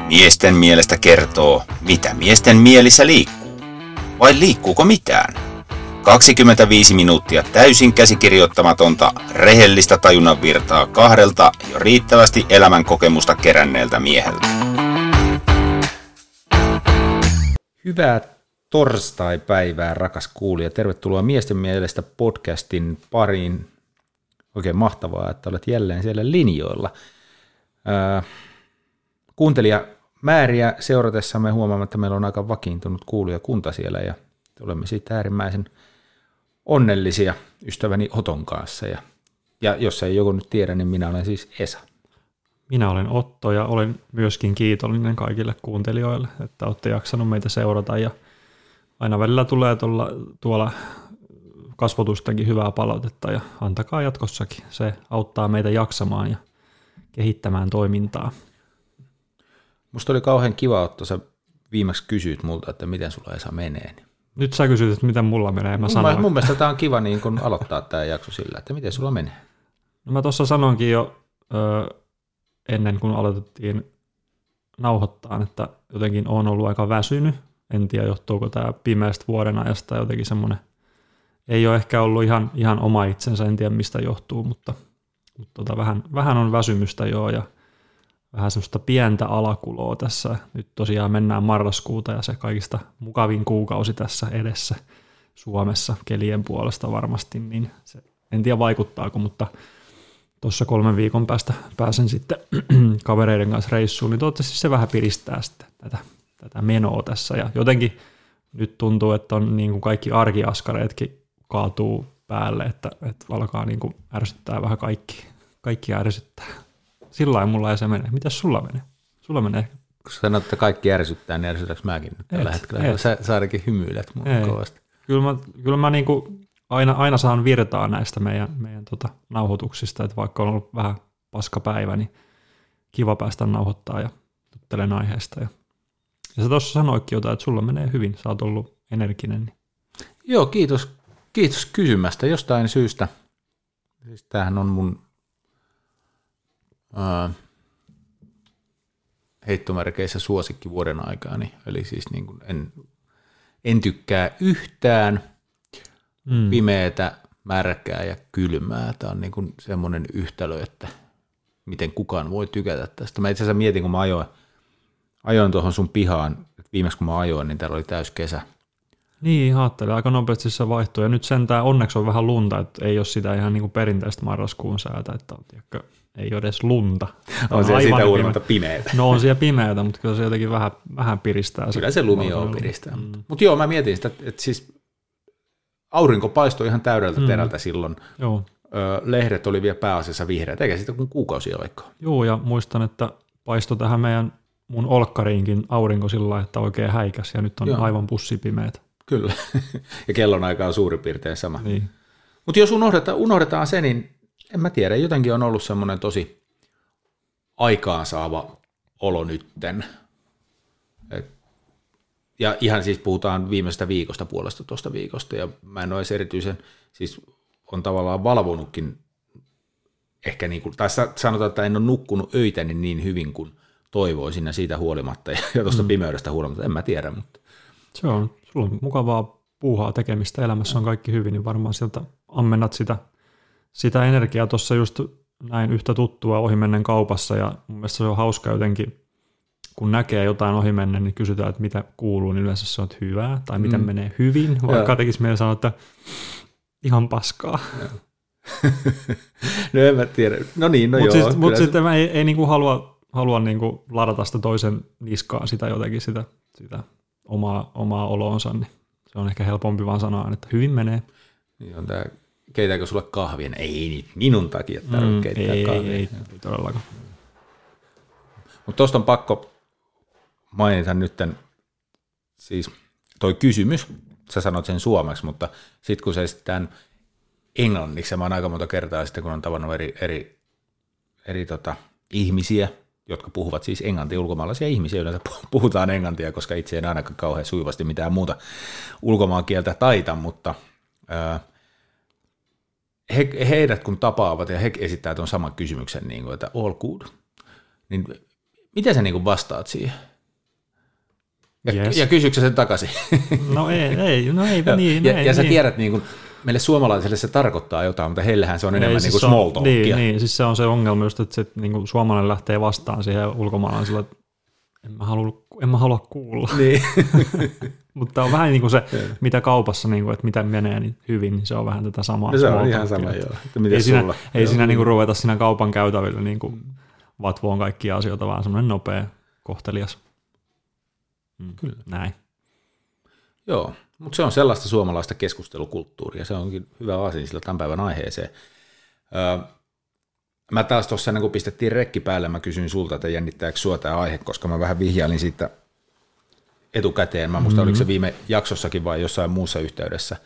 Miesten mielestä kertoo, mitä miesten mielissä liikkuu. Vai liikkuuko mitään? 25 minuuttia täysin käsikirjoittamatonta, rehellistä tajunnan virtaa kahdelta jo riittävästi elämän kokemusta keränneeltä mieheltä. Hyvää torstai-päivää, rakas kuulija. Tervetuloa Miesten mielestä podcastin pariin. Oikein mahtavaa, että olet jälleen siellä linjoilla. Kuuntelijamääriä seuratessamme huomaamme, että meillä on aika vakiintunut kuulijakunta siellä ja olemme siitä äärimmäisen onnellisia ystäväni Oton kanssa. Ja jos ei joku nyt tiedä, niin minä olen siis Esa. Minä olen Otto ja olen myöskin kiitollinen kaikille kuuntelijoille, että olette jaksanut meitä seurata ja aina välillä tulee tuolla kasvotustenkin hyvää palautetta ja antakaa jatkossakin. Se auttaa meitä jaksamaan ja kehittämään toimintaa. Musta oli kauhean kiva, Otto, sä viimeksi kysyit multa, että miten sulla Esa menee. Nyt sä kysyt, että miten mulla menee. Mun mielestä tää on kiva niin kun aloittaa tää jakso sillä, että miten sulla menee. No mä tuossa sanoinkin jo ennen kuin aloitettiin nauhoittaa, että jotenkin on ollut aika väsynyt. En tiedä, johtuuko tämä pimeästä vuoden ajasta jotenkin semmoinen. Ei ole ehkä ollut ihan oma itsensä, en tiedä mistä johtuu, mutta vähän on väsymystä joo ja vähän semmoista pientä alakuloa tässä. Nyt tosiaan mennään marraskuuta ja se kaikista mukavin kuukausi tässä edessä Suomessa kelien puolesta varmasti, niin se, en tiedä vaikuttaako, mutta tuossa 3 viikon päästä pääsen sitten kavereiden kanssa reissuun, niin toivottavasti se vähän piristää sitten tätä menoa tässä. Ja jotenkin nyt tuntuu, että on niin kuin kaikki arkiaskareetkin kaatuu päälle, että alkaa niin kuin ärsyttää vähän kaikki ärsyttää. Sillä lailla mulla ei se mene. Mitäs sulla menee? Sulla menee ehkä. Kun sä sanot, että kaikki ärsyttää, niin ärsytäänkö mäkin nyt tällä hetkellä? Sä ainakin hymyilet mun kovasti. Kyllä mä niin kuin aina saan virtaa näistä meidän nauhoituksista, että vaikka on ollut vähän paskapäivä, niin kiva päästä nauhoittaa ja juttelen aiheesta. Ja sä tuossa sanoikin jotain, että sulla menee hyvin, sä oot ollut energinen. Niin. Joo, kiitos kysymästä jostain syystä. Siis tämähän on mun heittomerkeissä suosikki vuoden aikaani, eli siis niin kuin en tykkää yhtään pimeätä, märkää ja kylmää. Tämä on niin kuin semmoinen yhtälö, että miten kukaan voi tykätä tästä. Mä itse asiassa mietin, kun mä ajoin tuohon sun pihaan, että viimeksi kun mä ajoin, niin täällä oli täys kesä. Niin, ajattelin. Aika nopeasti se vaihtui. Ja nyt sentään onneksi on vähän lunta, että ei ole sitä ihan niin kuin perinteistä marraskuun säätä, että ei ole edes lunta. On siellä siitä huolimatta pimeätä. No on siellä pimeätä, mutta kyllä se jotenkin vähän piristää. Kyllä se lumi piristää. Mutta joo, mä mietin sitä, että siis aurinko paistoi ihan täydeltä terältä silloin. Joo. Lehdet oli vielä pääasiassa vihreät, eikä siitä kuin kuukausia aikaa. Joo, ja muistan, että paistoi tähän mun olkkariinkin aurinko sillä lailla, että oikein häikäs, ja nyt on aivan pussipimeät. Kyllä, ja kellonaika on suurin piirtein sama. Niin. Mutta jos unohdetaan se, niin en mä tiedä, jotenkin on ollut semmoinen tosi aikaansaava olo nytten. Ja ihan siis puhutaan viimeisestä viikosta, puolesta viikosta, ja mä en ole edes erityisen, siis on tavallaan valvonutkin ehkä niin kuin, tai sanotaan, että en ole nukkunut öitäni niin hyvin kuin toivoisin ja siitä huolimatta, ja tuosta pimeydestä huolimatta, en mä tiedä. Mutta. Sulla on mukavaa puuhaa tekemistä, elämässä on kaikki hyvin, niin varmaan sieltä ammennat sitä energiaa. Tuossa just näin yhtä tuttua ohimennen kaupassa, ja mun mielestä se on hauska jotenkin, kun näkee jotain ohimennen, niin kysytään, että mitä kuuluu, niin yleensä se on hyvää, tai miten menee hyvin, vaikka tekisi meidän sanoa, että ihan paskaa. No en mä tiedä. No niin, no joo. Mutta sitten mä ei niinku halua niinku ladata sitä toisen niskaa sitä jotenkin sitä omaa oloonsa, niin se on ehkä helpompi vaan sanoa, että hyvin menee. Niin on tämä, keitääkö sulle kahvia? Ei nyt minun takia tarvitse keittää kahvia. Ei todellakaan. Mutta tuosta on pakko mainita nytten, siis toi kysymys, sä sanot sen suomeksi, mutta sitten kun se esitetään englanniksi, ja mä oon aika monta kertaa sitten, kun on tavannut eri ihmisiä, jotka puhuvat siis englantia, ulkomaalaisia ihmisiä, yleensä puhutaan englantia, koska itse en ainakaan kauhean sujuvasti mitään muuta ulkomaankieltä taita, mutta heidät kun tapaavat ja he esittää tuon saman kysymyksen, niin kuin, että all good, niin Miten sä niin kuin vastaat siihen? Yes. Ja kysyksä sen takaisin? No ei ja sä tiedät, niin kuin, meille suomalaisille se tarkoittaa jotain, mutta heillähän se on enemmän niin kuin small talkia. Niin, siis se on se ongelma just, että se, niin kuin suomalainen lähtee vastaan siihen ulkomaalaisella, että en mä halua kuulla. Niin. Mutta on vähän niin kuin se, mitä kaupassa, niin kuin, että mitä menee niin hyvin, niin se on vähän tätä samaa. No se on ihan sama, joo. Ei siinä niin kuin ruveta siinä kaupan käytävillä niin kuin vatvoon kaikkia asioita, vaan semmoinen nopea, kohtelias. Kyllä. Näin. Joo, mutta se on sellaista suomalaista keskustelukulttuuria. Se onkin hyvä asia sillä tämän päivän aiheeseen. Mä taas tuossa, kun pistettiin rekki päälle, mä kysyin sulta, että jännittääkö sua tämä aihe, koska mä vähän vihjailin siitä etukäteen. Mä muistan, oliko se viime jaksossakin vai jossain muussa yhteydessä,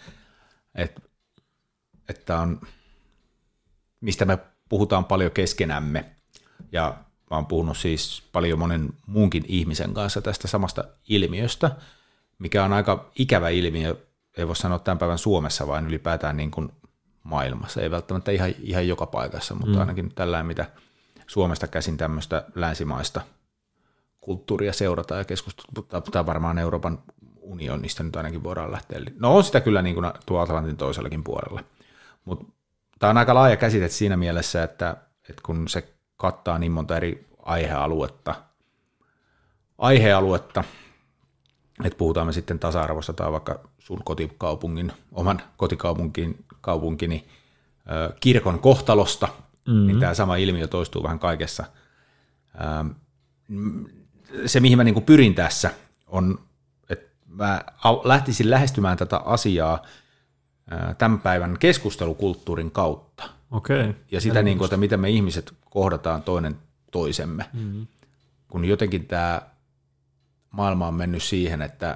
että on, mistä me puhutaan paljon keskenämme. Ja mä oon puhunut siis paljon monen muunkin ihmisen kanssa tästä samasta ilmiöstä, mikä on aika ikävä ilmiö, ei voi sanoa tämän päivän Suomessa, vaan ylipäätään niin kuin maailmassa. Ei välttämättä ihan joka paikassa, mutta ainakin tällainen, mitä Suomesta käsin tämmöistä länsimaista kulttuuria seurataan ja keskustellaan, tai varmaan Euroopan unionista nyt ainakin voidaan lähteä. No on sitä kyllä niin kuin tuo Atlantin toisellakin puolella, mutta tämä on aika laaja käsite siinä mielessä, että kun se kattaa niin monta eri aihealuetta, että puhutaan me sitten tasa-arvosta tai vaikka sun kotikaupungin, oman kotikaupunkini kirkon kohtalosta, niin tämä sama ilmiö toistuu vähän kaikessa. Se, mihin mä niin pyrin tässä, on, että mä lähtisin lähestymään tätä asiaa tämän päivän keskustelukulttuurin kautta. Okei. Ja sitä, niin kuin, että miten me ihmiset kohdataan toinen toisemme. Kun jotenkin tämä maailma on mennyt siihen, että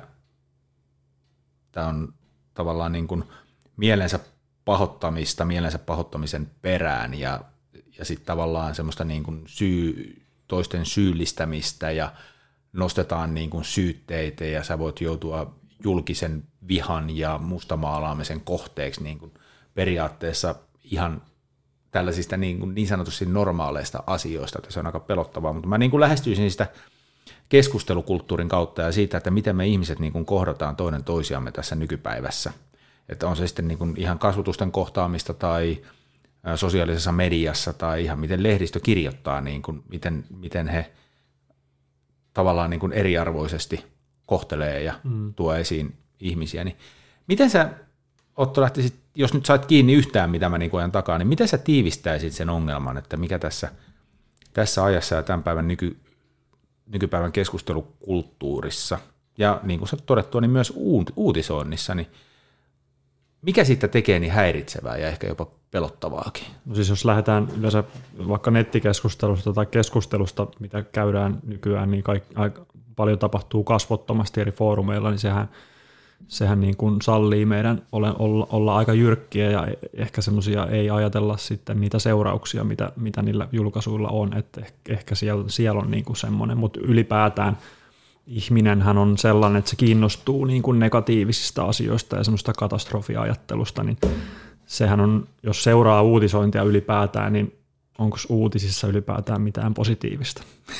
tämä on tavallaan niin kuin mielensä pahoittamisen perään ja sitten tavallaan semmoista niin kuin toisten syyllistämistä ja nostetaan niin kuin syytteitä ja sä voit joutua julkisen vihan ja mustamaalaamisen kohteeksi niin kuin periaatteessa ihan tällaisista niin sanotusti normaaleista asioista, että se on aika pelottavaa, mutta mä niin kuin lähestyisin sitä keskustelukulttuurin kautta ja siitä, että miten me ihmiset niin kuin kohdataan toinen toisiamme tässä nykypäivässä. Että on se sitten niin kuin ihan kasvotusten kohtaamista tai sosiaalisessa mediassa tai ihan miten lehdistö kirjoittaa, niin kuin miten he tavallaan niin kuin eriarvoisesti kohtelee ja tuo esiin ihmisiä. Niin miten sä, Otto, lähtisit, jos nyt sait kiinni yhtään, mitä mä niin kuin ajan takaa, niin miten sä tiivistäisit sen ongelman, että mikä tässä ajassa ja tämän päivän nykypäivän keskustelukulttuurissa ja niin kuin sä todettua, niin myös uutisoinnissa, niin mikä siitä tekee niin häiritsevää ja ehkä jopa pelottavaakin? No siis jos lähdetään yleensä vaikka nettikeskustelusta tai keskustelusta, mitä käydään nykyään, niin paljon tapahtuu kasvottomasti eri foorumeilla, niin sehän niin kuin sallii meidän olla aika jyrkkiä ja ehkä semmoisia ei ajatella sitten niitä seurauksia, mitä niillä julkaisuilla on, että ehkä siellä on niin kuin semmoinen, mutta ylipäätään ihminenhän on sellainen, että se kiinnostuu niin kuin negatiivisista asioista ja semmoista katastrofiajattelusta, niin sehän on, jos seuraa uutisointia ylipäätään, niin onko uutisissa ylipäätään mitään positiivista?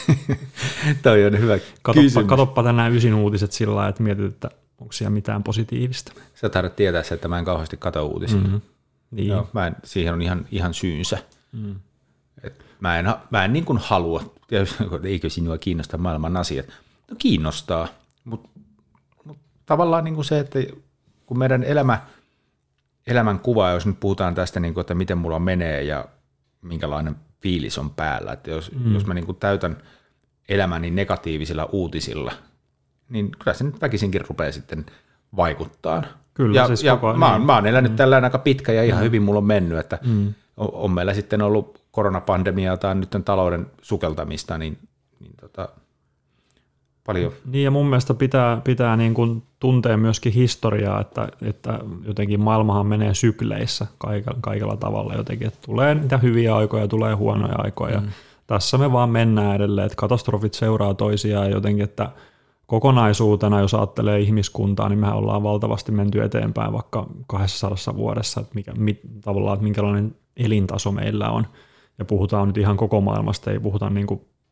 Toi on hyvä kysymys. Katoppa tänään 9 uutiset sillä lailla, että mietit, että onko siellä mitään positiivista. Sä tarvitset tietää se, että mä en kauheasti katso uutisia. Niin. Joo, siihen on ihan syynsä. Et mä en niin kuin halua, eikö sinua kiinnosta maailman asiat. No kiinnostaa, mutta tavallaan niin kuin se, että kun meidän elämän kuva, jos nyt puhutaan tästä, niin kuin, että miten mulla menee ja minkälainen fiilis on päällä, että jos mä niin kuin täytän elämäni negatiivisilla uutisilla, niin kyllä se nyt väkisinkin rupeaa sitten vaikuttaa. Kyllä, ja, siis ja mä oon elänyt tällään aika pitkä ja ihan hyvin mulla on mennyt, että on meillä sitten ollut koronapandemiaa tai nyt talouden sukeltamista, niin paljon. Niin ja mun mielestä pitää niin kuin tuntea myöskin historiaa, että jotenkin maailmahan menee sykleissä kaikella tavalla jotenkin, että tulee niitä hyviä aikoja, tulee huonoja aikoja ja tässä me vaan mennään edelleen, että katastrofit seuraa toisiaan jotenkin, että kokonaisuutena, jos ajattelee ihmiskuntaa, niin mehän ollaan valtavasti menty eteenpäin vaikka 200 vuodessa, että minkälainen elintaso meillä on. Ja puhutaan nyt ihan koko maailmasta, ei puhuta niin kuin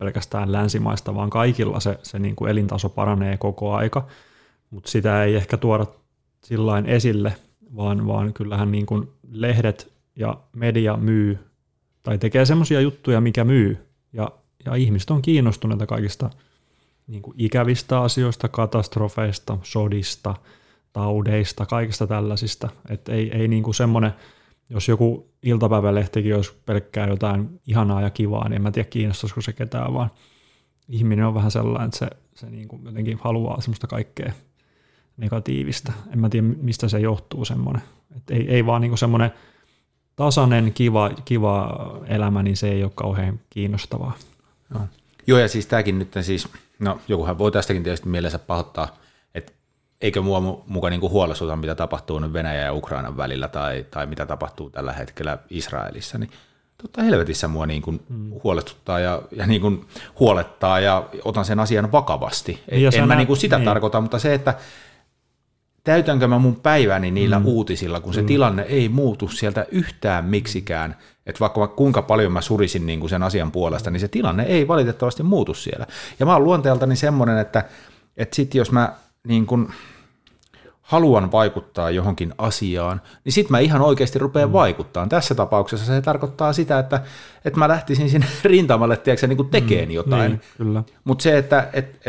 pelkästään länsimaista, vaan kaikilla se niin kuin elintaso paranee koko aika, mutta sitä ei ehkä tuoda sillain esille, vaan kyllähän niin kuin lehdet ja media myy tai tekee semmoisia juttuja, mikä myy, ja ihmiset on kiinnostuneita kaikista niin kuin ikävistä asioista, katastrofeista, sodista, taudeista, kaikista tällaisista. Että ei niin kuin semmoinen, jos joku iltapäivälehtikin olisi pelkkää jotain ihanaa ja kivaa, niin en mä tiedä kiinnostaisiko se ketään, vaan ihminen on vähän sellainen, että se niin kuin jotenkin haluaa semmoista kaikkea negatiivista. En mä tiedä, mistä se johtuu semmoinen. Että ei vaan niin kuin semmoinen tasainen, kiva elämä, niin se ei ole kauhean kiinnostavaa. Joo, ja siis tämäkin nyt siis, no jokuhan voi tästäkin tietysti mielensä pahoittaa, että eikö mua mukaan niin kuin huolestuta, mitä tapahtuu nyt Venäjän ja Ukrainan välillä tai mitä tapahtuu tällä hetkellä Israelissa, niin totta helvetissä mua niin kuin huolestuttaa ja niin kuin huolettaa ja otan sen asian vakavasti. En mä niin kuin sitä tarkoita, mutta se, että täytänkö mä mun päiväni niillä uutisilla, kun se tilanne ei muutu sieltä yhtään miksikään, että vaikka kuinka paljon mä surisin niin kuin sen asian puolesta, niin se tilanne ei valitettavasti muutu siellä. Ja mä oon luonteeltani semmoinen, että sit jos mä niin kuin haluan vaikuttaa johonkin asiaan, niin sit mä ihan oikeasti rupean vaikuttamaan. Tässä tapauksessa se tarkoittaa sitä, että mä lähtisin sinne rintamalle, tiedätkö, niin kuin tekeen jotain. Niin, mutta se, että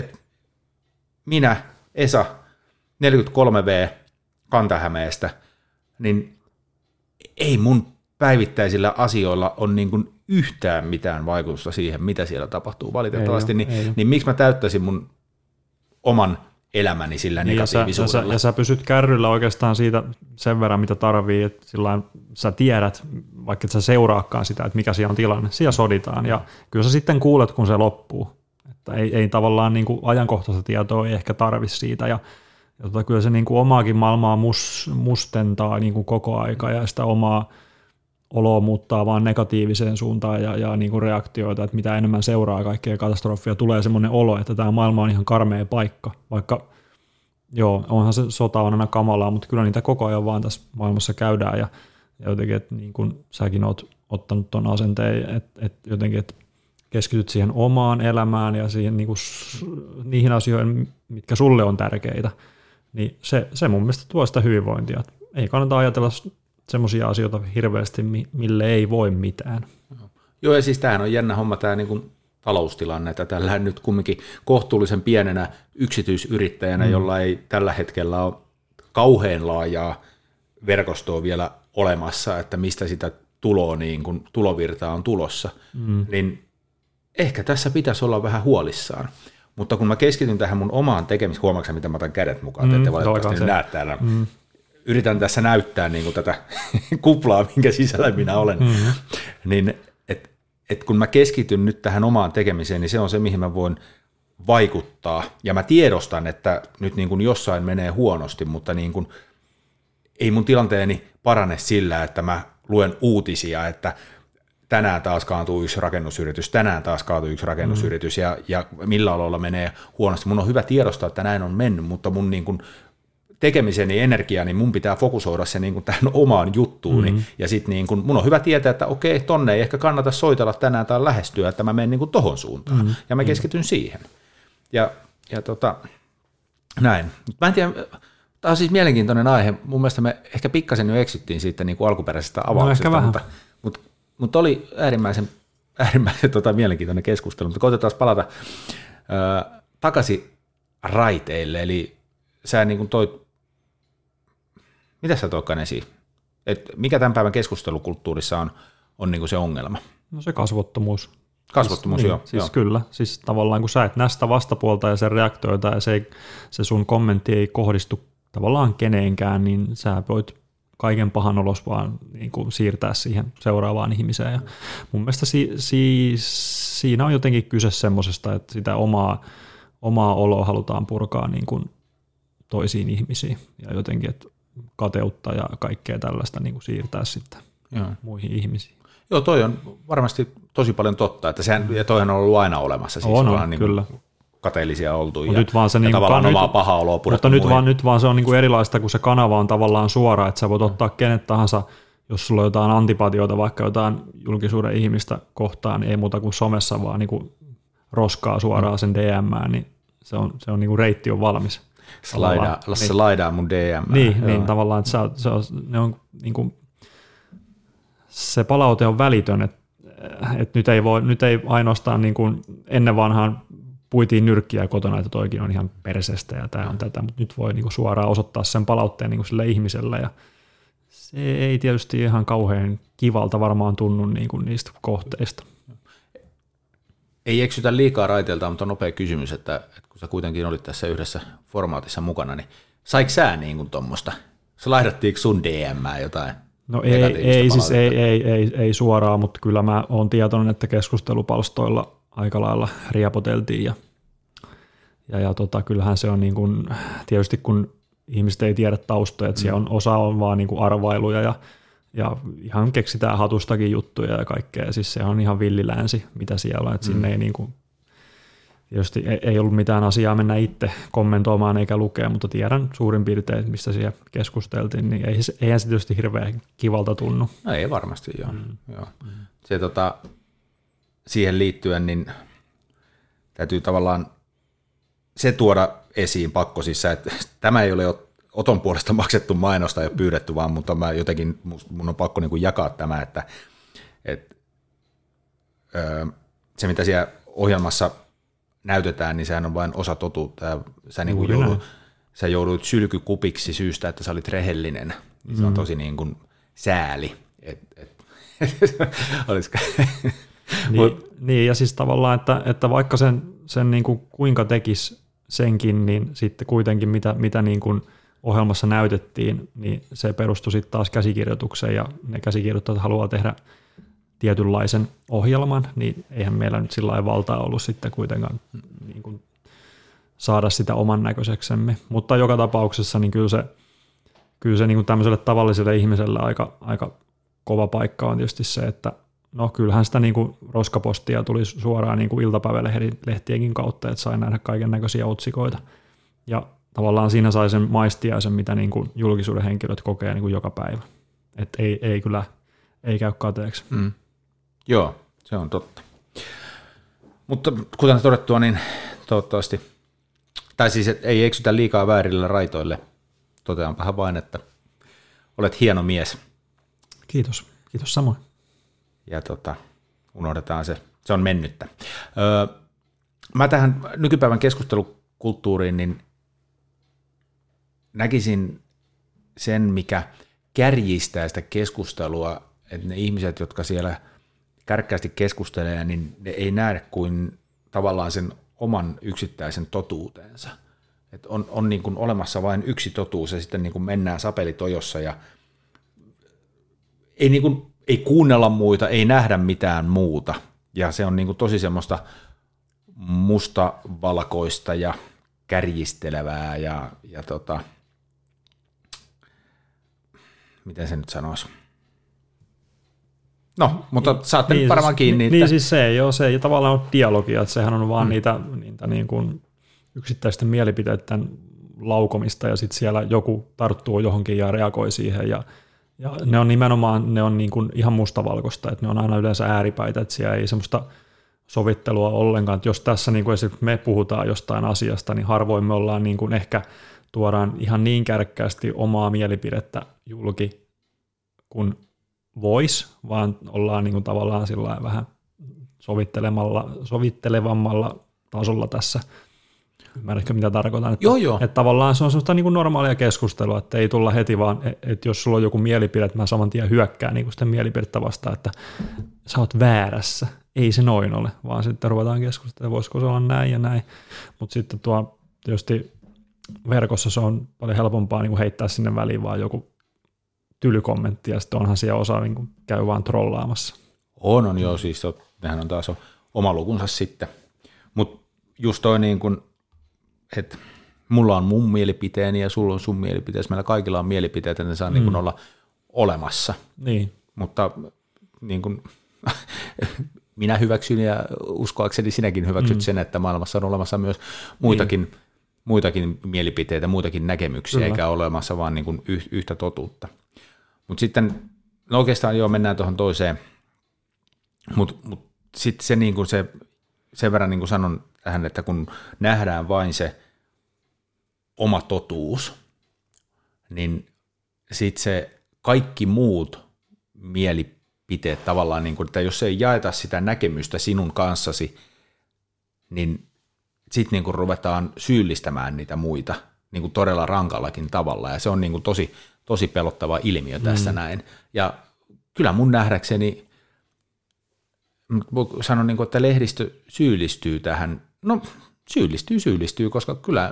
minä, Esa, 43V Kanta-Hämeestä, niin ei mun päivittäisillä asioilla ole niin kuin yhtään mitään vaikutusta siihen, mitä siellä tapahtuu valitettavasti, niin miksi mä täyttäisin mun oman elämäni sillä negatiivisuudella. Ja sä pysyt kärryllä oikeastaan siitä sen verran, mitä tarvii, että sillain sä tiedät, vaikka et sä seuraakaan sitä, että mikä siellä on tilanne, siellä soditaan, ja kyllä sä sitten kuulet, kun se loppuu. Että ei tavallaan niin kuin ajankohtaista tietoa ei ehkä tarvi siitä, ja kyllä se niin kuin omaakin maailmaa mustentaa niin kuin koko aika, ja sitä omaa oloa muuttaa vaan negatiiviseen suuntaan ja niin kuin reaktioita, että mitä enemmän seuraa kaikkea katastrofia, tulee semmoinen olo, että tämä maailma on ihan karmea paikka, vaikka joo, onhan se sota on aina kamalaa, mutta kyllä niitä koko ajan vaan tässä maailmassa käydään, ja jotenkin, että niin kuin säkin oot ottanut ton asenteen, että jotenkin, että keskityt siihen omaan elämään ja siihen niin kuin niihin asioihin, mitkä sulle on tärkeitä, niin se mun mielestä tuo sitä hyvinvointia. Ei kannata ajatella semmoisia asioita hirveästi, mille ei voi mitään. Joo, ja siis tämähän on jännä homma, tämä niin kuin taloustilanne, että tällä nyt kumminkin kohtuullisen pienenä yksityisyrittäjänä, jolla ei tällä hetkellä ole kauhean laajaa verkostoa vielä olemassa, että mistä sitä niin kuin tulovirtaa on tulossa, niin ehkä tässä pitäisi olla vähän huolissaan. Mutta kun mä keskityn tähän mun omaan tekemiseen, huomaatko mitä mä otan kädet mukaan, te ette valitettavasti näe täällä. Yritän tässä näyttää niin kuin tätä kuplaa, minkä sisällä minä olen. Niin, et kun mä keskityn nyt tähän omaan tekemiseen, niin se on se, mihin mä voin vaikuttaa. Ja mä tiedostan, että nyt niin kuin jossain menee huonosti, mutta niin kuin ei mun tilanteeni parane sillä, että mä luen uutisia, että tänään taas kaatuu yksi rakennusyritys, ja millä aloilla menee huonosti. Mun on hyvä tiedostaa, että näin on mennyt, mutta mun niin kuin tekemiseni energiaa, niin mun pitää fokusoida se niin kuin tähän omaan juttuuni, ja sitten niin kuin mun on hyvä tietää, että okei, tonne ei ehkä kannata soitella tänään tai lähestyä, että mä menen niin kuin tohon suuntaan, ja mä keskityn siihen. Ja näin. Mä en tiedä, tämä on siis mielenkiintoinen aihe, mun mielestä me ehkä pikkasen jo eksyttiin siitä niin kuin alkuperäisestä avauksesta, mutta oli äärimmäisen mielenkiintoinen keskustelu, mutta koitetaan palata takaisin raiteille, eli sä niin kuin toit, mitä sä toikaan esiin? Et mikä tämän päivän keskustelukulttuurissa on niin kuin se ongelma? No se kasvottomuus. Kasvottomuus, siis, joo. Siis joo. Kyllä, siis tavallaan kun sä et näe sitä vastapuolta ja sen reaktioita ja se sun kommentti ei kohdistu tavallaan keneenkään, niin sä voit kaiken pahan olos vaan niin kuin siirtää siihen seuraavaan ihmiseen. Ja mun mielestä siinä on jotenkin kyse semmoisesta, että sitä omaa oloa halutaan purkaa niin kuin toisiin ihmisiin ja jotenkin että kateutta ja kaikkea tällaista niin kuin siirtää sitten muihin ihmisiin. Joo, toi on varmasti tosi paljon totta, että ja toihan on ollut aina olemassa. Siis on niin kyllä. Kateellisia oltu ja nyt vaan se niin tavallaan omaa pahaa oloa purettu mutta nyt vaan se on niin kuin erilaista, kun se kanava on tavallaan suora, että sä voit ottaa kenet tahansa, jos sulla on jotain antipatioita, vaikka jotain julkisuuden ihmistä kohtaan, niin ei muuta kuin somessa, vaan niin kuin roskaa suoraan sen DM:ään, niin se on niin kuin reitti on valmis. Slaidaa mun DM. Niin tavallaan, että ne on niin kuin, se palaute on välitön, että nyt ei ainoastaan niin kuin ennen vanhaan puitiin nyrkkiä kotona, että toikin on ihan persestä ja tämä on tätä, mutta nyt voi niin kuin suoraan osoittaa sen palautteen niin kuin sille ihmiselle ja se ei tietysti ihan kauhean kivalta varmaan tunnu niin kuin niistä kohteista. Ei eksytä liikaa raiteilta, mutta on nopea kysymys, että kun sä kuitenkin olit tässä yhdessä formaatissa mukana, niin saiko sä niin kuin tuommoista? Slaidattiinko sun DM:ää jotain? No ei suoraan, mutta kyllä mä oon tietoinen, että keskustelupalstoilla aika lailla riepoteltiin ja kyllähän se on niin kuin, tietysti kun ihmiset ei tiedä taustoja, että siellä on osa on vaan niin kuin arvailuja ja ihan keksitään hatustakin juttuja ja kaikkea, siis se on ihan villilänsi, mitä siellä on, että sinne ei niin kuin, tietysti ei ollut mitään asiaa mennä itse kommentoimaan eikä lukea, mutta tiedän suurin piirtein, mistä siellä keskusteltiin, niin eihän se tietysti hirveän kivalta tunnu. No ei varmasti, joo. Se, siihen liittyen, niin täytyy tavallaan se tuoda esiin pakkosissa, että tämä ei ole Oton puolesta maksettu mainosta ja pyydetty, vaan mutta mun on pakko niin kuin jakaa tämä, että se mitä siellä ohjelmassa näytetään, niin sehän on vain osa totuutta. Sä jouduit sylkykupiksi syystä, että sä olit rehellinen. Se on tosi niin kuin sääli. Niin, ja siis tavallaan, että vaikka sen niin kuin kuinka tekisi senkin, niin sitten kuitenkin mitä niin kuin ohjelmassa näytettiin, niin se perustui sitten taas käsikirjoitukseen, ja ne käsikirjoittajat haluaa tehdä tietynlaisen ohjelman, niin eihän meillä nyt sillä lailla valtaa ollut sitten kuitenkaan niin kuin saada sitä oman näköiseksemme. Mutta joka tapauksessa niin kyllä se niin kuin tämmöiselle tavalliselle ihmiselle aika kova paikka on tietysti se, että no kyllähän sitä niin kuin roskapostia tuli suoraan niin kuin iltapäivälehtienkin kautta, että sai nähdä kaiken näköisiä otsikoita. Ja tavallaan siinä sai sen maistiaisen, mitä niin kuin julkisuuden henkilöt kokee niin kuin joka päivä. Että ei kyllä, ei käy kateeksi. Joo, se on totta. Mutta kuten todettua, niin toivottavasti, tai siis ei eksytä liikaa väärille raitoille. Toteanpahan vain, että olet hieno mies. Kiitos samoin. Ja unohdetaan se on mennyttä. Mä tähän nykypäivän keskustelukulttuuriin, niin näkisin sen, mikä kärjistää sitä keskustelua, että ne ihmiset, jotka siellä kärkkäästi keskustelee, niin ne ei näe kuin tavallaan sen oman yksittäisen totuutensa. Että on niin kuin olemassa vain yksi totuus ja sitten niin kuin mennään sapelitojossa ja ei kuunnella muita, ei nähdä mitään muuta. Ja se on niin kuin tosi semmoista mustavalkoista ja kärjistelevää ja miten se nyt sanoisi? No, mutta saatte nyt varmaan kiinni. Niin siis se ei tavallaan ole dialogia, että sehän on vaan niitä niin kuin yksittäisten mielipiteiden laukomista ja sitten siellä joku tarttuu johonkin ja reagoi siihen ja ne on nimenomaan, ne on niin kuin ihan mustavalkoista, että ne on aina yleensä ääripäitä, että siellä ei semmoista sovittelua ollenkaan, että jos tässä niin kuin esimerkiksi me puhutaan jostain asiasta, niin harvoin me ollaan niin kuin ehkä tuodaan ihan niin kärkkäästi omaa mielipidettä julki kuin voisi, vaan ollaan niin kuin tavallaan sillä vähän sovittelevammalla tasolla tässä. Ymmärrätkö, mitä tarkoitan? Että, joo. Että tavallaan se on sellaista niin kuin normaalia keskustelua, että ei tulla heti vaan, että jos sulla on joku mielipide, että mä saman tien hyökkään niin kuin sitä mielipidettä vastaan, että sä oot väärässä. Ei se noin ole, vaan sitten ruvetaan keskustelemaan, voisiko se olla näin ja näin. Mutta sitten tietysti verkossa se on paljon helpompaa niin kuin heittää sinne väliin vaan joku tylykommentti, ja sitten onhan siellä osa niin kuin käy vaan trollaamassa. On joo, siis nehän on taas oma lukunsa sitten. Mutta just toi niin kuin, että mulla on mun mielipiteeni ja sulla on sun mielipiteesi, meillä kaikilla on mielipiteet, että ne saa niin kuin olla olemassa. Niin. Mutta niin kuin, minä hyväksyn ja uskoakseni sinäkin hyväksyt sen, että maailmassa on olemassa myös muitakin mielipiteitä, muitakin näkemyksiä, eikä ole olemassa vaan niin kuin yhtä totuutta. Mutta sitten, oikeastaan mennään tuohon toiseen, mutta sitten se, niin kuin se, sen verran niin kuin sanon tähän, että kun nähdään vain se oma totuus, niin sitten se kaikki muut mielipiteet tavallaan, niin kuin, että jos ei jaeta sitä näkemystä sinun kanssasi, niin sitten niin kuin ruvetaan syyllistämään niitä muita niin kuin todella rankallakin tavalla, ja se on niin kuin tosi pelottava ilmiö tässä näin. Ja kyllä mun nähdäkseni, sanon, niin kuin, että lehdistö syyllistyy tähän, no syyllistyy, koska kyllä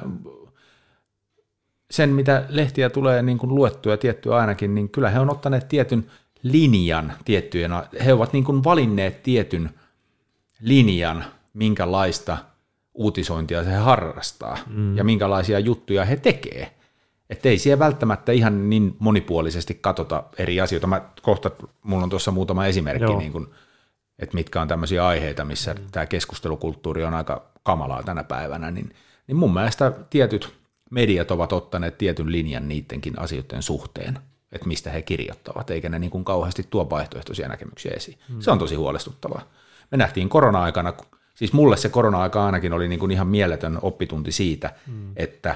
sen, mitä lehtiä tulee niin kuin luettua ja tiettyä ainakin, niin kyllä he on ottaneet tietyn linjan he ovat niin kuin valinneet tietyn linjan, minkälaista uutisointia se harrastaa ja minkälaisia juttuja he tekee. Että ei siellä välttämättä ihan niin monipuolisesti katsota eri asioita. Mulla on tuossa muutama esimerkki, niin kuin, että mitkä on tämmöisiä aiheita, missä tämä keskustelukulttuuri on aika kamalaa tänä päivänä, niin mun mielestä tietyt mediat ovat ottaneet tietyn linjan niidenkin asioiden suhteen, että mistä he kirjoittavat, eikä ne niin kuin kauheasti tuo vaihtoehtoisia näkemyksiä esiin. Se on tosi huolestuttavaa. Me nähtiin korona-aikana, siis mulle se korona-aika ainakin oli niin kuin ihan mieletön oppitunti siitä, että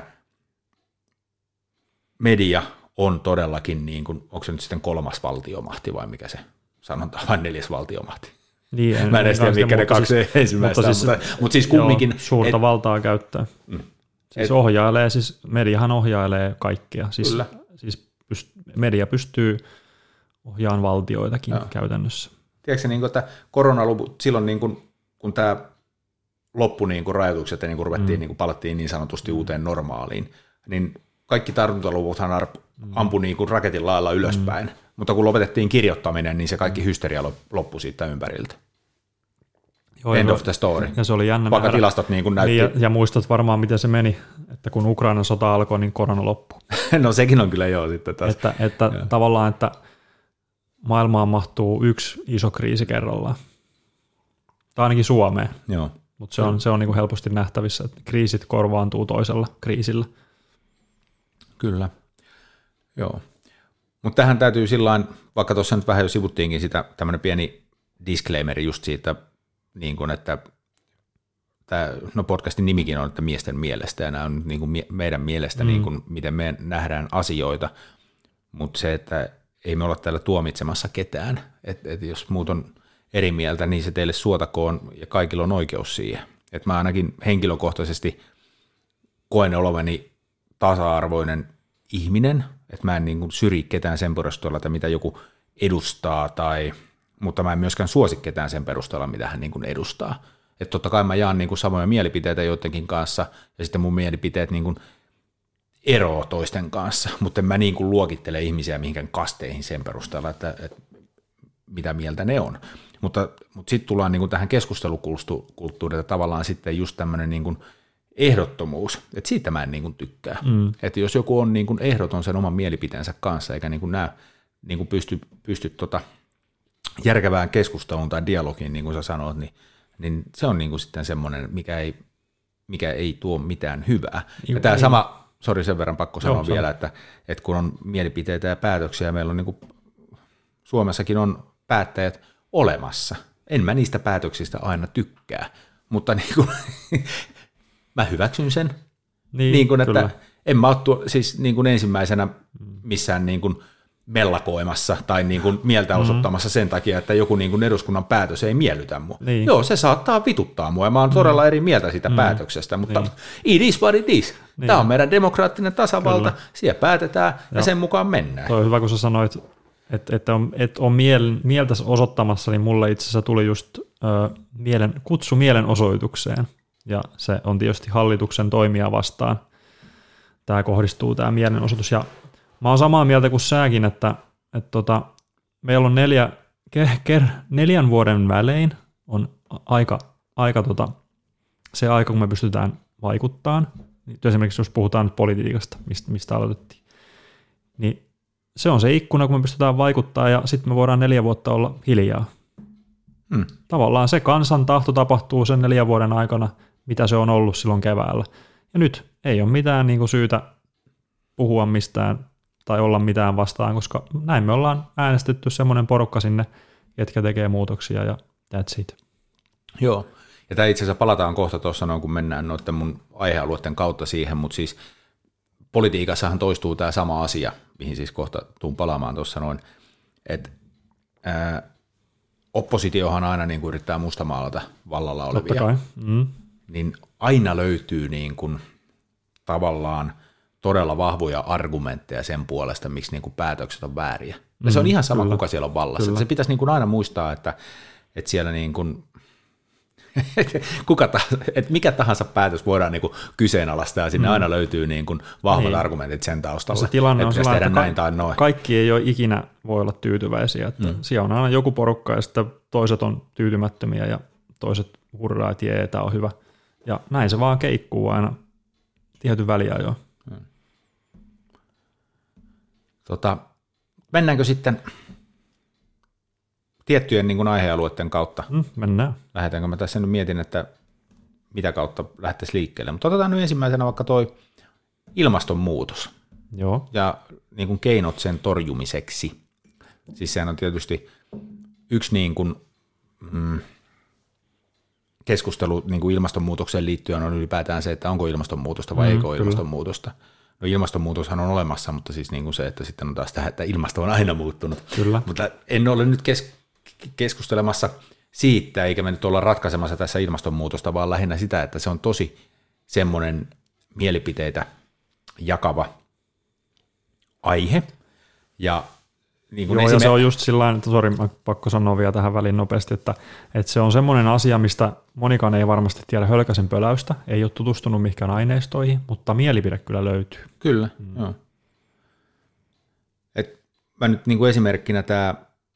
media on todellakin, niin kuin, onko se nyt sitten 3. valtiomahti vai mikä se sanotaan, vai 4. valtiomahti? Niin, mä en edes tiedä, mikä ne 2 ensimmäistä on, mutta siis kumminkin. Suurta valtaa käyttää. Siis mediahan ohjailee kaikkea. Siis media pystyy ohjaamaan valtioitakin käytännössä. Tiedätkö niin kuin, että koronaluvut silloin, niin kuin, kun tämä loppui niin kuin rajoitukset ja niin kuin ruvettiin, niin kuin palattiin niin sanotusti uuteen normaaliin, niin kaikki tartuntaluvuthan ampui niin kuin raketin lailla ylöspäin, mutta kun lopetettiin kirjoittaminen, niin se kaikki hysteria loppui siitä ympäriltä. End of the story. Ja se oli jännä. Vaikka tilastot niin kuin näytti. Ja muistat varmaan, miten se meni, että kun Ukrainan sota alkoi, niin korona loppui. No sekin on kyllä joo sitten taas. Että tavallaan, että maailmaan mahtuu yksi iso kriisi kerrallaan. Tai ainakin Suomeen. Joo. Mutta se on niin kuin helposti nähtävissä, että kriisit korvaantuu toisella kriisillä. Kyllä. Joo. Mutta tähän täytyy sillain, vaikka tuossa nyt vähän jo sivuttiinkin sitä, tämmöinen pieni disclaimeri just siitä, niin kuin, että podcastin nimikin on, että miesten mielestä, ja nämä on niin kuin meidän mielestä, niin kuin, miten me nähdään asioita, mutta se, että ei me olla täällä tuomitsemassa ketään, että jos muut on eri mieltä, niin se teille suotakoon, ja kaikilla on oikeus siihen. Että mä ainakin henkilökohtaisesti koen olevani tasa-arvoinen ihminen, että mä en niin kuin syrji ketään sen perusteella, että mitä joku edustaa, mutta mä en myöskään suosi ketään sen perusteella, mitä hän niin kuin edustaa. Että totta kai mä jaan niin kuin samoja mielipiteitä joidenkin kanssa, ja sitten mun mielipiteet niin kuin eroaa toisten kanssa, mutta en mä niin kuin luokittele ihmisiä mihinkään kasteihin sen perusteella, että mitä mieltä ne on. Mutta sitten tullaan niin kuin tähän keskustelukulttuuriin, että tavallaan sitten just tämmöinen niin kuin ehdottomuus, että siitä mä en niin kuin tykkää. Että jos joku on niin kuin ehdoton sen oman mielipiteensä kanssa, eikä niin kuin niin kuin pysty järkevään keskusteluun tai dialogiin, niin kuin sä sanoit, niin se on niin kuin sitten semmoinen, mikä ei tuo mitään hyvää. Ja tämä sama, sen verran pakko sanoa vielä, että kun on mielipiteitä ja päätöksiä, meillä on niin kuin, Suomessakin on päättäjät olemassa. En mä niistä päätöksistä aina tykkää, mutta niin kuin, mä hyväksyn sen. Niin kuin, että en mä ole siis niin kuin ensimmäisenä missään niin kuin mellakoimassa tai niin kuin mieltä osoittamassa sen takia, että joku niin kuin eduskunnan päätös ei miellytä mua. Niin. Joo, se saattaa vituttaa mua ja mä oon todella eri mieltä siitä päätöksestä, mutta it is what it is. Niin. Tämä on meidän demokraattinen tasavalta, siellä päätetään ja sen mukaan mennään. Toi on hyvä, kun sä sanoit, että on mieltä osoittamassa, niin mulle itse asiassa tuli just kutsu mielenosoitukseen, ja se on tietysti hallituksen toimia vastaan. Tämä kohdistuu tämä mielenosoitus, ja mä oon samaa mieltä kuin säkin, että meillä on 4 vuoden välein on aika se aika, kun me pystytään vaikuttamaan. Esimerkiksi jos puhutaan nyt politiikasta, mistä aloitettiin, niin se on se ikkuna, kun me pystytään vaikuttamaan, ja sitten me voidaan 4 vuotta olla hiljaa. Tavallaan se kansan tahto tapahtuu sen 4 vuoden aikana, mitä se on ollut silloin keväällä. Ja nyt ei ole mitään niin kuin syytä puhua mistään tai olla mitään vastaan, koska näin me ollaan äänestetty semmoinen porukka sinne, ketkä tekee muutoksia, ja that's it. Joo, Ja tämä itse asiassa palataan kohta tuossa noin, kun mennään noiden mun aihealueiden kautta siihen, mutta siis politiikassahan toistuu tämä sama asia, mihin siis kohta tuun palaamaan tuossa noin, että oppositiohan aina niin kuin yrittää mustamaalata vallalla olevia. Totta kai. Niin aina löytyy niin kuin tavallaan todella vahvoja argumentteja sen puolesta, miksi niin kuin päätökset on vääriä. Ja se on ihan sama, kuka siellä on vallassa. Se pitäisi niin kuin aina muistaa, että siellä niin kuin, että mikä tahansa päätös voidaan niin kuin kyseenalaistaa, ja sinne aina löytyy niin kuin vahvat argumentit sen taustalla. Se tilanne on sellainen, että noin. Kaikki ei ole ikinä voi olla tyytyväisiä. Että siellä on aina joku porukka, ja sitten toiset on tyytymättömiä, ja toiset hurraa, että jee, tämä on hyvä. Ja näin se vaan keikkuu aina tietyn väliajoin. Mennäänkö sitten tiettyjen niin kuin aihealueiden kautta? Mennään. Lähdetäänkö mä tässä nyt mietin, että mitä kautta lähdettäisiin liikkeelle. Mutta otetaan nyt ensimmäisenä vaikka toi ilmastonmuutos. Joo. Ja niin kuin keinot sen torjumiseksi. Siis sehän on tietysti yksi niin kuin, keskustelu niin kuin ilmastonmuutokseen liittyen on ylipäätään se, että onko ilmastonmuutosta vai eikö ole ilmastonmuutosta. No ilmastonmuutoshan on olemassa, mutta siis niin kuin se, että sitten on taas tähän, että ilmasto on aina muuttunut. Kyllä. Mutta en ole nyt keskustelemassa siitä, eikä me nyt olla ratkaisemassa tässä ilmastonmuutosta, vaan lähinnä sitä, että se on tosi semmoinen mielipiteitä jakava aihe. Ja niin kuin ja se on just sillain, että pakko sanoa vielä tähän väliin nopeasti, että se on semmoinen asia, mistä monikaan ei varmasti tiedä hölkäsen pöläystä, ei ole tutustunut mihinkään aineistoihin, mutta mielipide kyllä löytyy. Kyllä, joo. Et mä nyt niin kuin esimerkkinä tämä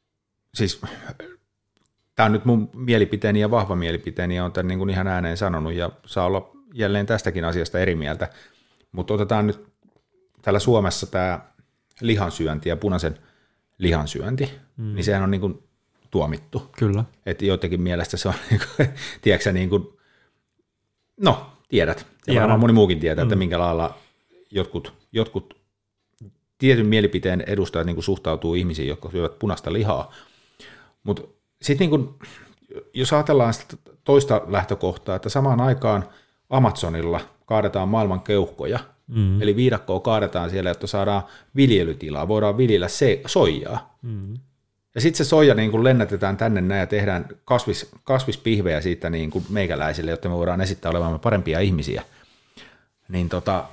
on nyt mun mielipiteeni ja vahva mielipiteeni, ja on tämän niin kuin ihan ääneen sanonut, ja saa olla jälleen tästäkin asiasta eri mieltä, mutta otetaan nyt täällä Suomessa tämä lihansyönti ja punaisen lihansyönti, niin sehän on niin kuin tuomittu. Kyllä. Että joidenkin mielestä se on, tiedätkö niin kuin, no tiedät, ja varmaan moni muukin tietää, että minkä lailla jotkut tietyn mielipiteen edustajat niin kuin suhtautuu ihmisiin, jotka syövät punaista lihaa. Mutta sitten niin jos ajatellaan sitä toista lähtökohtaa, että samaan aikaan Amazonilla kaadetaan maailman keuhkoja, eli viidakkoa kaadetaan siellä, jotta saadaan viljelytilaa, voidaan viljellä soijaa. Ja sitten se soija niin kun lennätetään tänne näin ja tehdään kasvispihvejä siitä niin kuin meikäläisille, jotta me voidaan esittää olevamme parempia ihmisiä. Niin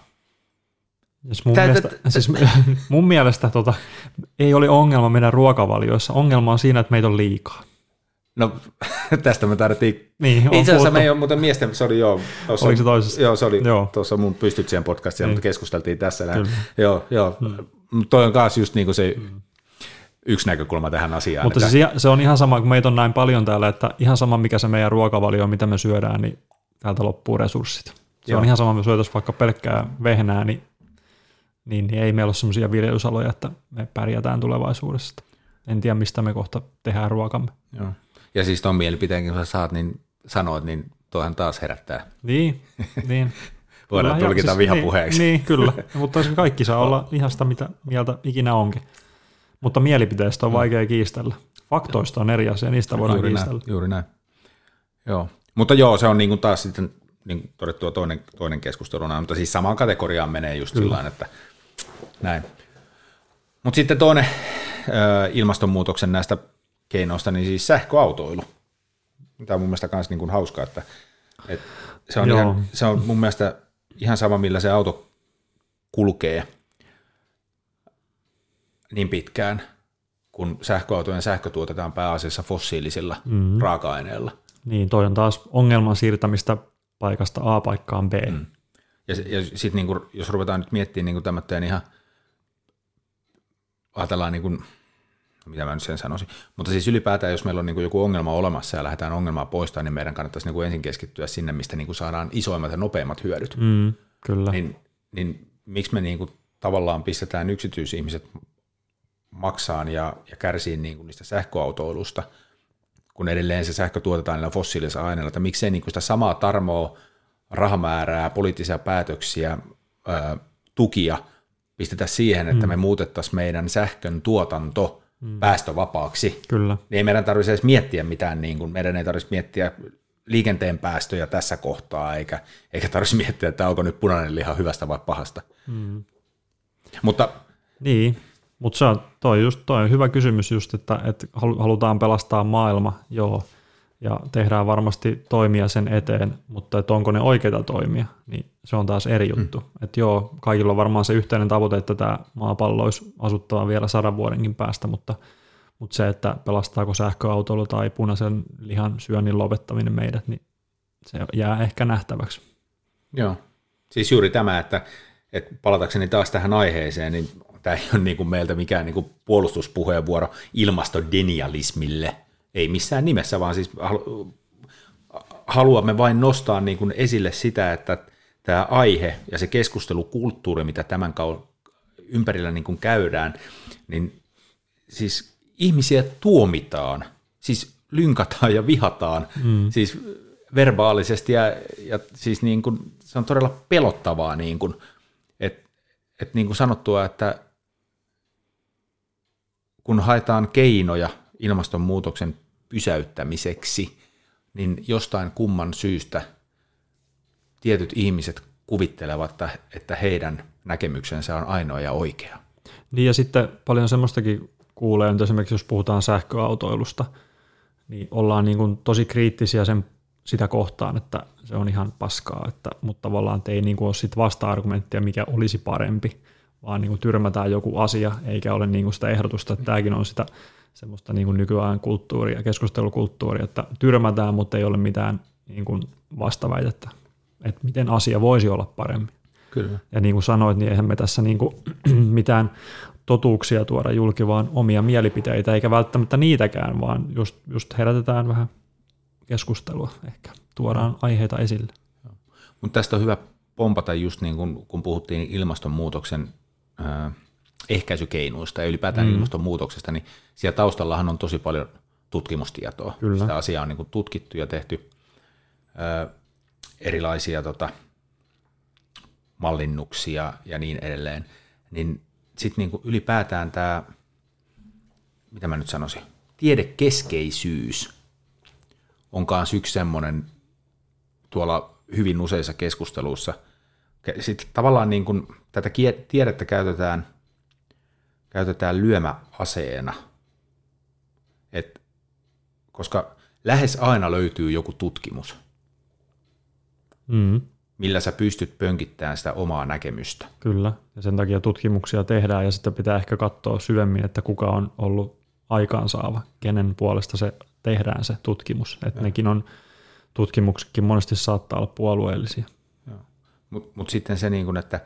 mun mielestä ei ole ongelma meidän ruokavalioissa. Ongelma on siinä, että meitä on liikaa. No tästä me tarvittiin. Niin, itse asiassa me ei ole muuten miesten, se oli joo. Oliko se toisessa? Joo, se oli tuossa mun Pystyt siihen podcastissa, mutta keskusteltiin tässä. Joo. Toi on taas just niinku se yksi näkökulma tähän asiaan. Mutta se on ihan sama, kun meitä on näin paljon täällä, että ihan sama mikä se meidän ruokavalio on, mitä me syödään, niin täältä loppuu resurssit. Se on ihan sama, me syötäisiin vaikka pelkkää vehnää, niin ei meillä ole sellaisia viljelysaloja, että me pärjätään tulevaisuudessa. En tiedä, mistä me kohta tehdään ruokamme. Joo. Ja siis tuon mielipiteenkin, kun sä saat, niin sanoit, niin toihan taas herättää. Niin. Voidaan tulkita siis vihapuheeksi. Niin, kyllä. Mutta kaikki saa olla ihan sitä, mitä mieltä ikinä onkin. Mutta mielipiteestä on vaikea kiistellä. Faktoista on eri asia, niistä voidaan kiistellä. Juuri näin. Joo. Mutta joo, se on niin kuin taas sitten niin todettua toinen keskustelu, mutta siis samaan kategoriaan menee just sillain, että näin. Mutta sitten toinen ilmastonmuutoksen näistä keinoista, niin siis sähköautoilu. Tämä on mun mielestä myös niin kuin hauskaa, että se on mun mielestä ihan sama, millä se auto kulkee niin pitkään, kun sähköautojen sähkö tuotetaan pääasiassa fossiilisilla raaka-aineilla. Niin, toi on taas ongelman siirtämistä paikasta A paikkaan B. Ja sitten niin jos ruvetaan nyt miettimään niin tämmöinen ihan, ajatellaan niin kuin, mitä mä nyt sen sanoisin, mutta siis ylipäätään, jos meillä on niin joku ongelma olemassa ja lähdetään ongelmaa poistamaan, niin meidän kannattaisi niin ensin keskittyä sinne, mistä niin saadaan isoimmat ja nopeimmat hyödyt. Kyllä. Niin miksi me niin tavallaan pistetään yksityisihmiset maksaan ja kärsii niin niistä sähköautoilusta, kun edelleen se sähkö tuotetaan niillä fossiilisilla aineilla, että miksei niin sitä samaa tarmoa, rahamäärää, poliittisia päätöksiä, tukia pistetä siihen, että me muutettaisiin meidän sähkön tuotanto päästövapaaksi. Kyllä. Niin ei meidän tarvitse edes miettiä mitään, niin kuin, meidän ei tarvitse miettiä liikenteen päästöjä tässä kohtaa, eikä tarvitsisi miettiä, että onko nyt punainen liha hyvästä vai pahasta. Mutta niin, mutta se on toi hyvä kysymys just, että halutaan pelastaa maailma, joo, ja tehdään varmasti toimia sen eteen, mutta että onko ne oikeita toimia, niin se on taas eri juttu. Että joo, kaikilla on varmaan se yhteinen tavoite, että tämä maapallo olisi asuttava vielä 100 vuodenkin päästä, mutta se, että pelastaako sähköautoilu tai punaisen lihan syönnin lopettaminen meidät, niin se jää ehkä nähtäväksi. Joo, siis juuri tämä, että palatakseni taas tähän aiheeseen, niin tämä ei ole niin kuin meiltä mikään niin kuin puolustuspuheenvuoro ilmastodenialismille, ei missään nimessä, vaan siis haluamme vain nostaa niin kuin esille sitä, että tämä aihe ja se keskustelukulttuuri, mitä tämän ympärillä niin kuin käydään, niin siis ihmisiä tuomitaan, siis lynkataan ja vihataan, siis verbaalisesti ja siis niin kuin, se on todella pelottavaa, niin kuin, että niin kuin sanottua, että kun haetaan keinoja ilmastonmuutoksen pysäyttämiseksi, niin jostain kumman syystä tietyt ihmiset kuvittelevat, että heidän näkemyksensä on ainoa ja oikea. Niin ja sitten paljon semmoistakin kuulee, nyt esimerkiksi jos puhutaan sähköautoilusta, niin ollaan niin kuin tosi kriittisiä sitä kohtaan, että se on ihan paskaa, mutta tavallaan ei niin kuin ole sit vasta-argumenttia, mikä olisi parempi, vaan niin kuin tyrmätään joku asia, eikä ole niin kuin sitä ehdotusta, että tämäkin on sitä semmoista niin kuin nykyajan kulttuuria, keskustelukulttuuria, että tyrmätään, mutta ei ole mitään niin kuin vastaväitettä, että miten asia voisi olla paremmin. Kyllä. Ja niin kuin sanoit, niin eihän me tässä niin kuin mitään totuuksia tuoda julki, vaan omia mielipiteitä, eikä välttämättä niitäkään, vaan just herätetään vähän keskustelua ehkä, tuodaan aiheita esille. Mutta tästä on hyvä pompata just niin kun puhuttiin ilmastonmuutoksen ehkäisykeinoista ja ylipäätään ilmastonmuutoksesta, niin siellä taustallahan on tosi paljon tutkimustietoa. Kyllä. Sitä asiaa on niin kuin tutkittu ja tehty erilaisia mallinnuksia ja niin edelleen. Niin sitten niin kuin ylipäätään tämä, mitä mä nyt sanoisin, tiedekeskeisyys on myös yksi semmoinen tuolla hyvin useissa keskusteluissa. Sitten tavallaan niin kuin tätä tiedettä käytetään lyömäaseena, koska lähes aina löytyy joku tutkimus, millä sä pystyt pönkittämään sitä omaa näkemystä. Kyllä, ja sen takia tutkimuksia tehdään, ja sitten pitää ehkä katsoa syvemmin, että kuka on ollut aikaansaava, kenen puolesta se tehdään se tutkimus. Että nekin on, tutkimuksetkin monesti saattaa olla puolueellisia. Mutta sitten se, niin kun, että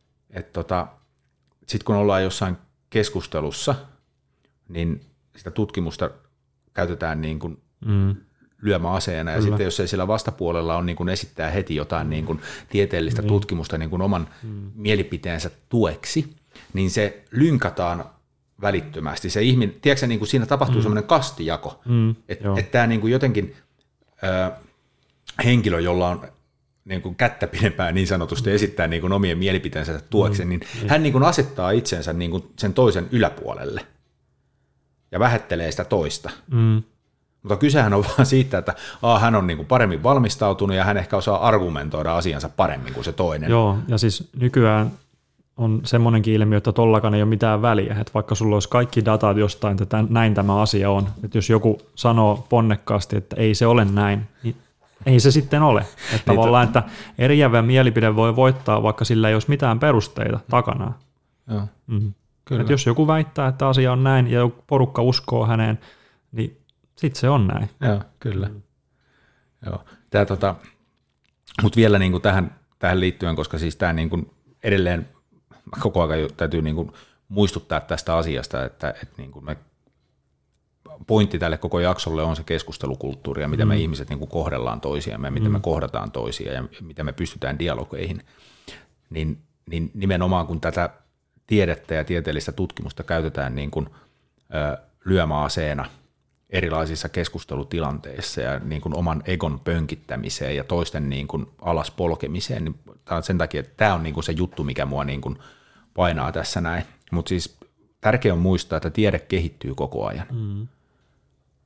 sitten kun ollaan jossain keskustelussa, niin sitä tutkimusta käytetään niin kuin lyömäaseena, ja sitten jos ei sillä vastapuolella on niin kuin esittää heti jotain niin kuin tieteellistä tutkimusta niin kuin oman mielipiteensä tueksi, niin se lynkataan välittömästi. Se ihminen, tiedätkö, niin kuin siinä tapahtuu semmoinen kastijako, että tämä niin kuin jotenkin henkilö, jolla on niin kuin kättä pidempään niin sanotusti esittää niin kuin omien mielipiteensä tueksi, niin hän niin kuin asettaa itsensä niin kuin sen toisen yläpuolelle ja vähättelee sitä toista. Mutta kysehän on vaan siitä, että hän on niin kuin paremmin valmistautunut ja hän ehkä osaa argumentoida asiansa paremmin kuin se toinen. Joo, ja siis nykyään on semmoinenkin ilmiö, että tollakaan ei ole mitään väliä, että vaikka sulla olisi kaikki datat jostain, että näin tämä asia on, että jos joku sanoo ponnekkaasti, että ei se ole näin, niin ei se sitten ole. Että tavallaan, että eriävä mielipide voi voittaa, vaikka sillä ei olisi mitään perusteita takana. Joo, kyllä. Että jos joku väittää, että asia on näin ja joku porukka uskoo häneen, niin sitten se on näin. Joo, kyllä. Joo. Mutta vielä niin kuin tähän liittyen, koska siis tämä niin kuin edelleen koko ajan täytyy niin kuin muistuttaa tästä asiasta, että niin kuin pointti tälle koko jaksolle on se keskustelukulttuuri ja miten me ihmiset niin kuin kohdellaan toisiamme ja miten me kohdataan toisia ja miten me pystytään dialogeihin. Niin nimenomaan kun tätä tiedettä ja tieteellistä tutkimusta käytetään niin kuin lyömäaseena erilaisissa keskustelutilanteissa ja niin kuin oman egon pönkittämiseen ja toisten niin kuin alas polkemiseen, niin tämä on sen takia, että tämä on niin kuin se juttu, mikä mua niin kuin painaa tässä näin. Mutta siis tärkeää on muistaa, että tiede kehittyy koko ajan.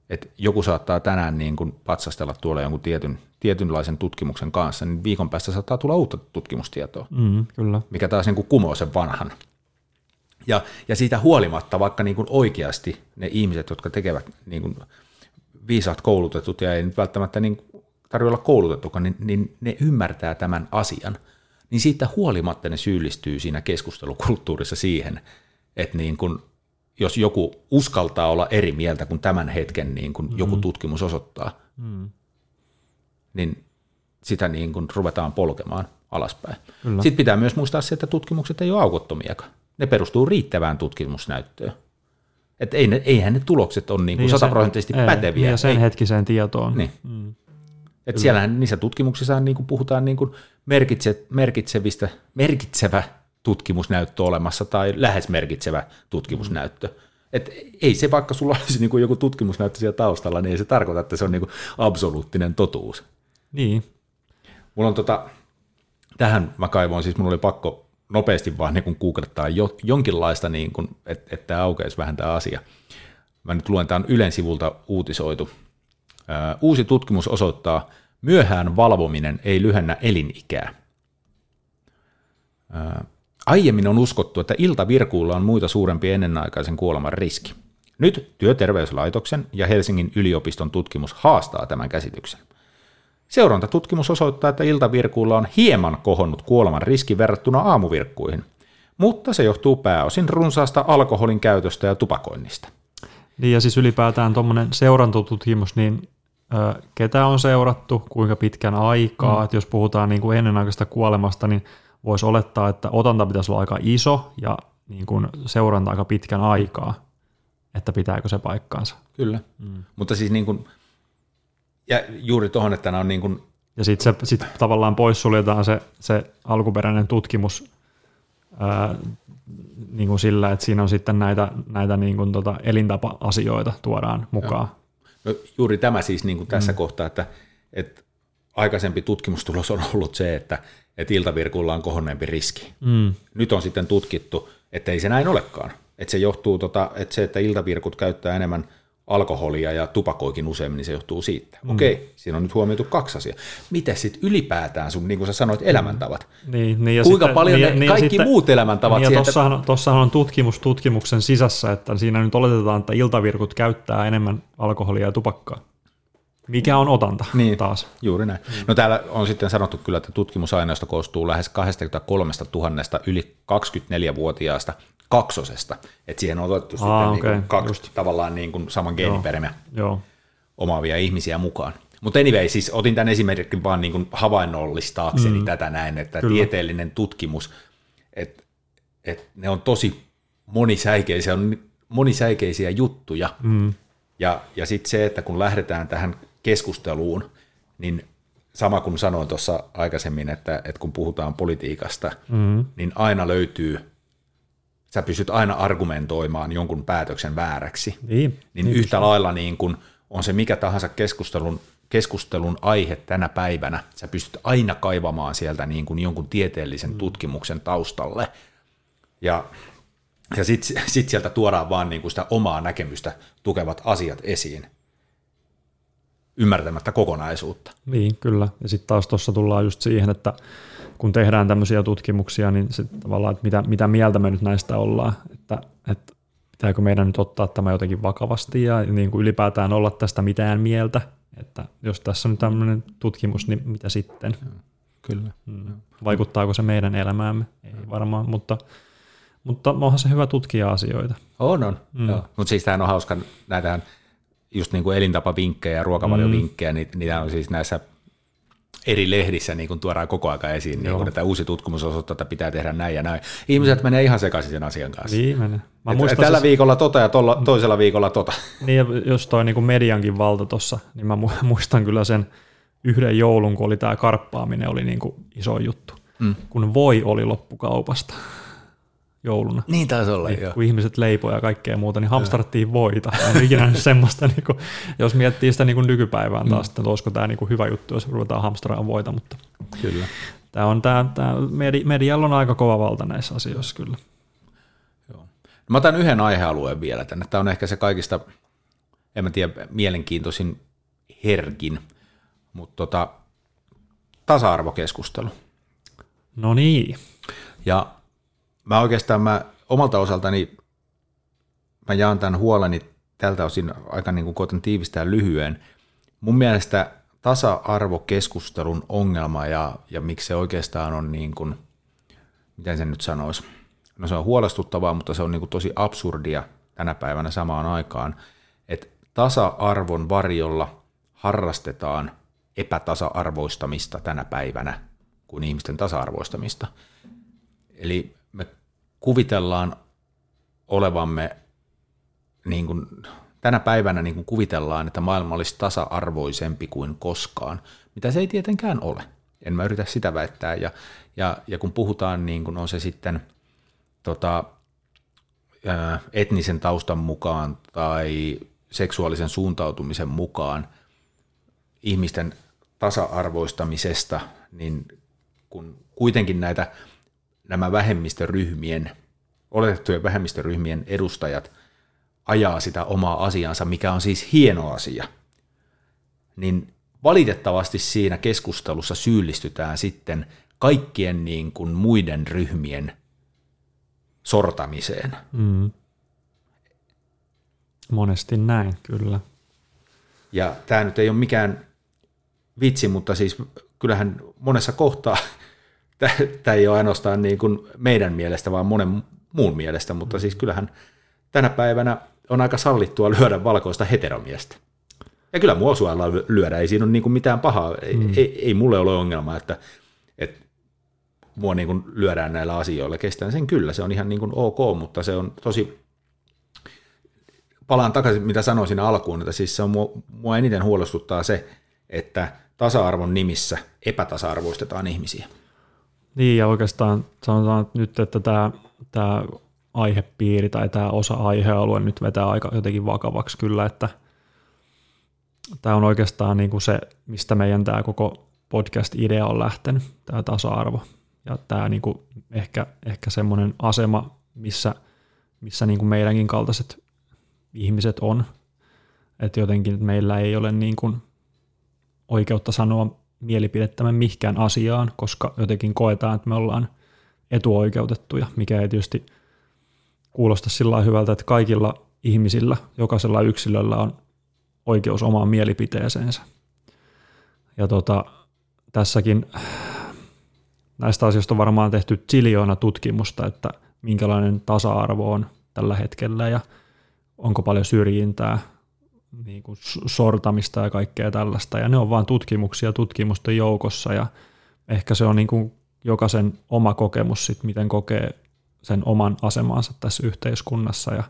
että joku saattaa tänään niin kuin patsastella tuolla jonkun tietynlaisen tutkimuksen kanssa, niin viikon päästä saattaa tulla uutta tutkimustietoa, kyllä. mikä taas niin kuin kumoo sen vanhan. Ja siitä huolimatta, vaikka niin kuin oikeasti ne ihmiset, jotka tekevät niin kuin viisaat koulutetut ja ei nyt välttämättä niin tarvitse olla koulutettukaan, niin ne ymmärtää tämän asian, niin siitä huolimatta ne syyllistyy siinä keskustelukulttuurissa siihen, että niin kuin, jos joku uskaltaa olla eri mieltä kuin tämän hetken niin kuin joku tutkimus osoittaa, niin sitä niin kuin ruvetaan polkemaan alaspäin. Kyllä. Sitten pitää myös muistaa se, että tutkimukset ei ole aukottomiakaan. Ne perustuu riittävään tutkimusnäyttöön. Että eihän ne tulokset ole niin 100% päteviä. Ja sen hetkiseen tietoon. Niin. Että siellähän niissä tutkimuksissa niin kuin puhutaan niin kuin merkitsevä tutkimusnäyttö olemassa tai lähes merkitsevä tutkimusnäyttö. Että ei se, vaikka sulla olisi niin kuin joku tutkimusnäyttö siellä taustalla, niin ei se tarkoita, että se on niin kuin absoluuttinen totuus. Niin. Mulla on tähän mä kaivoin, siis mun oli pakko nopeasti vaan niin googlettaa jonkinlaista, niin että tämä aukeisi vähän tämä asia. Mä nyt luen, tämä on Ylen sivulta uutisoitu. Uusi tutkimus osoittaa, myöhään valvominen ei lyhennä elinikää. Aiemmin on uskottu, että iltavirkuilla on muita suurempi ennenaikaisen kuoleman riski. Nyt Työterveyslaitoksen ja Helsingin yliopiston tutkimus haastaa tämän käsityksen. Seurantatutkimus osoittaa, että iltavirkuilla on hieman kohonnut kuoleman riski verrattuna aamuvirkkuihin, mutta se johtuu pääosin runsaasta alkoholin käytöstä ja tupakoinnista. Niin ja siis ylipäätään tuommoinen seurantatutkimus, niin ketä on seurattu, kuinka pitkän aikaa, että jos puhutaan niin kuin ennenaikaisesta kuolemasta, niin voisi olettaa, että otanta pitäisi olla aika iso ja niin kuin seuranta aika pitkän aikaa, että pitääkö se paikkaansa. Kyllä, mutta siis niin kuin, ja juuri tuohon, että nämä on niin kuin... Ja sitten tavallaan poissuljetaan se alkuperäinen tutkimus niin kuin sillä, että siinä on sitten näitä niin kuin elintapa-asioita tuodaan mukaan. No, juuri tämä siis niin kuin tässä kohtaa, että aikaisempi tutkimustulos on ollut se, että iltavirkulla on kohonneempi riski. Nyt on sitten tutkittu, että ei se näin olekaan. Että se johtuu, että iltavirkut käyttää enemmän alkoholia ja tupakoikin useammin, niin se johtuu siitä. Okei, siinä on nyt huomioitu 2 asiaa. Miten sitten ylipäätään sun, niin kuin sä sanoit, elämäntavat? Niin, ja kuinka paljon kaikki muut elämäntavat? Niin, ja tuossahan on tutkimus tutkimuksen sisässä, että siinä nyt oletetaan, että iltavirkut käyttää enemmän alkoholia ja tupakkaa. Mikä on otanta taas? Juuri näin. No täällä on sitten sanottu kyllä, että tutkimusaineisto koostuu lähes 23 000 yli 24-vuotiaasta kaksosesta. Että siihen on otettu sitten niin kuin 2 tavallaan niin kuin saman geeniperimän omaavia ihmisiä mukaan. Mutta anyway, siis otin tämän esimerkin vaan niin kuin havainnollistaakseni tätä näin, että kyllä. Tieteellinen tutkimus, että ne on tosi monisäikeisiä juttuja. Ja sitten se, että kun lähdetään tähän keskusteluun, niin sama kuin sanoin tuossa aikaisemmin, että kun puhutaan politiikasta, niin aina löytyy, sä pystyt aina argumentoimaan jonkun päätöksen vääräksi. Niin yhtä lailla niin kun on se mikä tahansa keskustelun aihe tänä päivänä, sä pystyt aina kaivamaan sieltä niin kuin jonkun tieteellisen tutkimuksen taustalle. Ja sitten sieltä tuodaan vaan niin kuin sitä omaa näkemystä tukevat asiat esiin, ymmärtämättä kokonaisuutta. Niin, kyllä. Ja sitten taas tuossa tullaan just siihen, että kun tehdään tämmöisiä tutkimuksia, niin sit tavallaan, että mitä mieltä me nyt näistä ollaan, että pitääkö meidän nyt ottaa tämä jotenkin vakavasti ja niin kuin ylipäätään olla tästä mitään mieltä, että jos tässä on nyt tämmöinen tutkimus, niin mitä sitten? Kyllä. Vaikuttaako se meidän elämäämme? Ei varmaan, mutta onhan se hyvä tutkia asioita. On. Mutta siis tämähän on hauska, näitähän just niin kuin elintapavinkkejä ja ruokavaliovinkkejä, niin niitä on siis näissä eri lehdissä niin kuin tuodaan koko ajan esiin, niin kuin, että uusi tutkimus osoittaa, että pitää tehdä näin ja näin. Ihmiset menee ihan sekaisin sen asian kanssa. Niin menee. Tällä viikolla tota ja toisella viikolla tota. Niin ja jos toi niin kuin mediankin valta tuossa, niin mä muistan kyllä sen yhden joulun, kun oli tämä karppaaminen, oli niin kuin iso juttu, kun voi oli loppukaupasta jouluna. Niin taisi olla, niin, kun ihmiset leipoi ja kaikkea muuta, niin hamstrattiin voita. En ikinä semmoista, niin kuin, jos miettii sitä niin kuin nykypäivään taas, että olisiko tämä niin kuin hyvä juttu, jos ruvetaan hamstraamaan voita, mutta kyllä. Tämä medialla on aika kova valta näissä asioissa kyllä. Joo. Mä otan yhden aihealueen vielä tänne. Tämä on ehkä se kaikista, en mä tiedä, mielenkiintoisin herkin, mutta tasa-arvokeskustelu. No niin. Ja mä omalta osaltani mä jaan tämän huoleni tältä osin aika niin kuin koitan tiivistää lyhyen. Mun mielestä tasa-arvokeskustelun ongelma ja miksi se oikeastaan on niin kuin, miten sen nyt sanoisi, no se on huolestuttavaa, mutta se on niin kuin tosi absurdia tänä päivänä samaan aikaan, että tasa-arvon varjolla harrastetaan epätasa-arvoistamista tänä päivänä kuin ihmisten tasa-arvoistamista. Eli me kuvitellaan olevamme, niin kuin, tänä päivänä niin kuin kuvitellaan, että maailma olisi tasa-arvoisempi kuin koskaan, mitä se ei tietenkään ole. En mä yritä sitä väittää, ja kun puhutaan, niin kuin on se sitten etnisen taustan mukaan tai seksuaalisen suuntautumisen mukaan ihmisten tasa-arvoistamisesta, niin kun kuitenkin nämä vähemmistöryhmien, oletettujen vähemmistöryhmien edustajat ajaa sitä omaa asiansa, mikä on siis hieno asia, niin valitettavasti siinä keskustelussa syyllistytään sitten kaikkien niin kuin muiden ryhmien sortamiseen. Monesti näin, kyllä. Ja tämä nyt ei ole mikään vitsi, mutta siis kyllähän monessa kohtaa, tämä ei ole ainoastaan niin kuin meidän mielestä, vaan monen muun mielestä, mutta siis kyllähän tänä päivänä on aika sallittua lyödä valkoista heteromiestä. Ja kyllä mua suojellaan lyödä, ei siinä ole niin kuin mitään pahaa, ei mulle ole ongelma, että mua niin kuin lyödään näillä asioilla, kestän sen kyllä, se on ihan niin kuin ok, mutta se on tosi, palaan takaisin mitä sanoin siinä alkuun, että siis se on mua eniten huolestuttaa se, että tasa-arvon nimissä epätasa-arvoistetaan ihmisiä. Niin, ja oikeastaan sanotaan nyt, että tämä aihepiiri tai tämä osa-aihealue nyt vetää aika jotenkin vakavaksi kyllä, että tämä on oikeastaan niin kuin se, mistä meidän tämä koko podcast-idea on lähtenyt, tämä tasa-arvo. Ja tämä niin kuin ehkä semmoinen asema, missä niin kuin meidänkin kaltaiset ihmiset on, että jotenkin meillä ei ole niin kuin oikeutta sanoa mielipidettämme mihinkään asiaan, koska jotenkin koetaan, että me ollaan etuoikeutettuja, mikä ei tietysti kuulosta sillä hyvältä, että kaikilla ihmisillä, jokaisella yksilöllä on oikeus omaan mielipiteeseensä. Ja tässäkin näistä asioista on varmaan tehty ziljoona tutkimusta, että minkälainen tasa-arvo on tällä hetkellä ja onko paljon syrjintää, niin kuin sortamista ja kaikkea tällaista. Ja ne on vain tutkimuksia tutkimusten joukossa ja ehkä se on niin kuin jokaisen oma kokemus, sit, miten kokee sen oman asemansa tässä yhteiskunnassa. Ja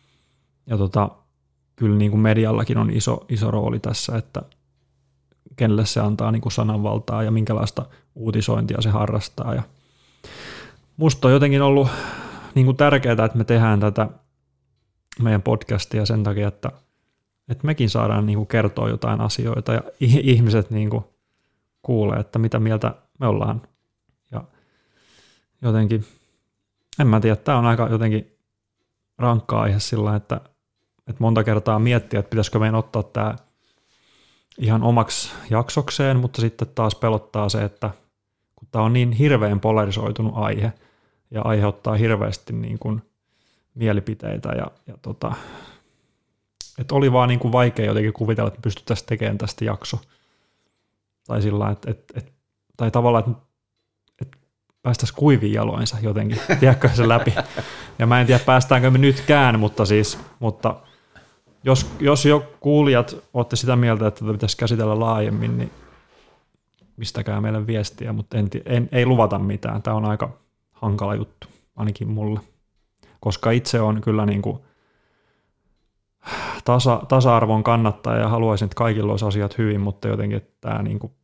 kyllä niin kuin mediallakin on iso rooli tässä, että kenelle se antaa niin kuin sananvaltaa ja minkälaista uutisointia se harrastaa. Ja musta on jotenkin ollut niin kuin tärkeää, että me tehdään tätä meidän podcastia sen takia, että mekin saadaan niin kuin kertoa jotain asioita ja ihmiset niin kuin kuulee, että mitä mieltä me ollaan. Ja jotenkin, en mä tiedä, tämä on aika jotenkin rankka aihe sillä, että monta kertaa miettiä, että pitäisikö meidän ottaa tämä ihan omaksi jaksokseen, mutta sitten taas pelottaa se, että kun tämä on niin hirveän polarisoitunut aihe ja aiheuttaa hirveästi niin kuin mielipiteitä että oli vaan niin kuin vaikea jotenkin kuvitella, että pystyttäisiin tekemään tästä jakso. Tai sillä tai tavallaan, että päästäisiin kuiviin jaloinsa jotenkin, tiedätkö se läpi. Ja mä en tiedä, päästäänkö me nytkään, mutta jos jo kuulijat olette sitä mieltä, että tätä pitäisi käsitellä laajemmin, niin pistäkää meille viestiä, mutta ei luvata mitään. Tämä on aika hankala juttu, ainakin mulle. Koska itse on kyllä niin kuin tasa-arvon kannattaja ja haluaisin, että kaikilla olisi asiat hyvin, mutta jotenkin että tämä niin kuin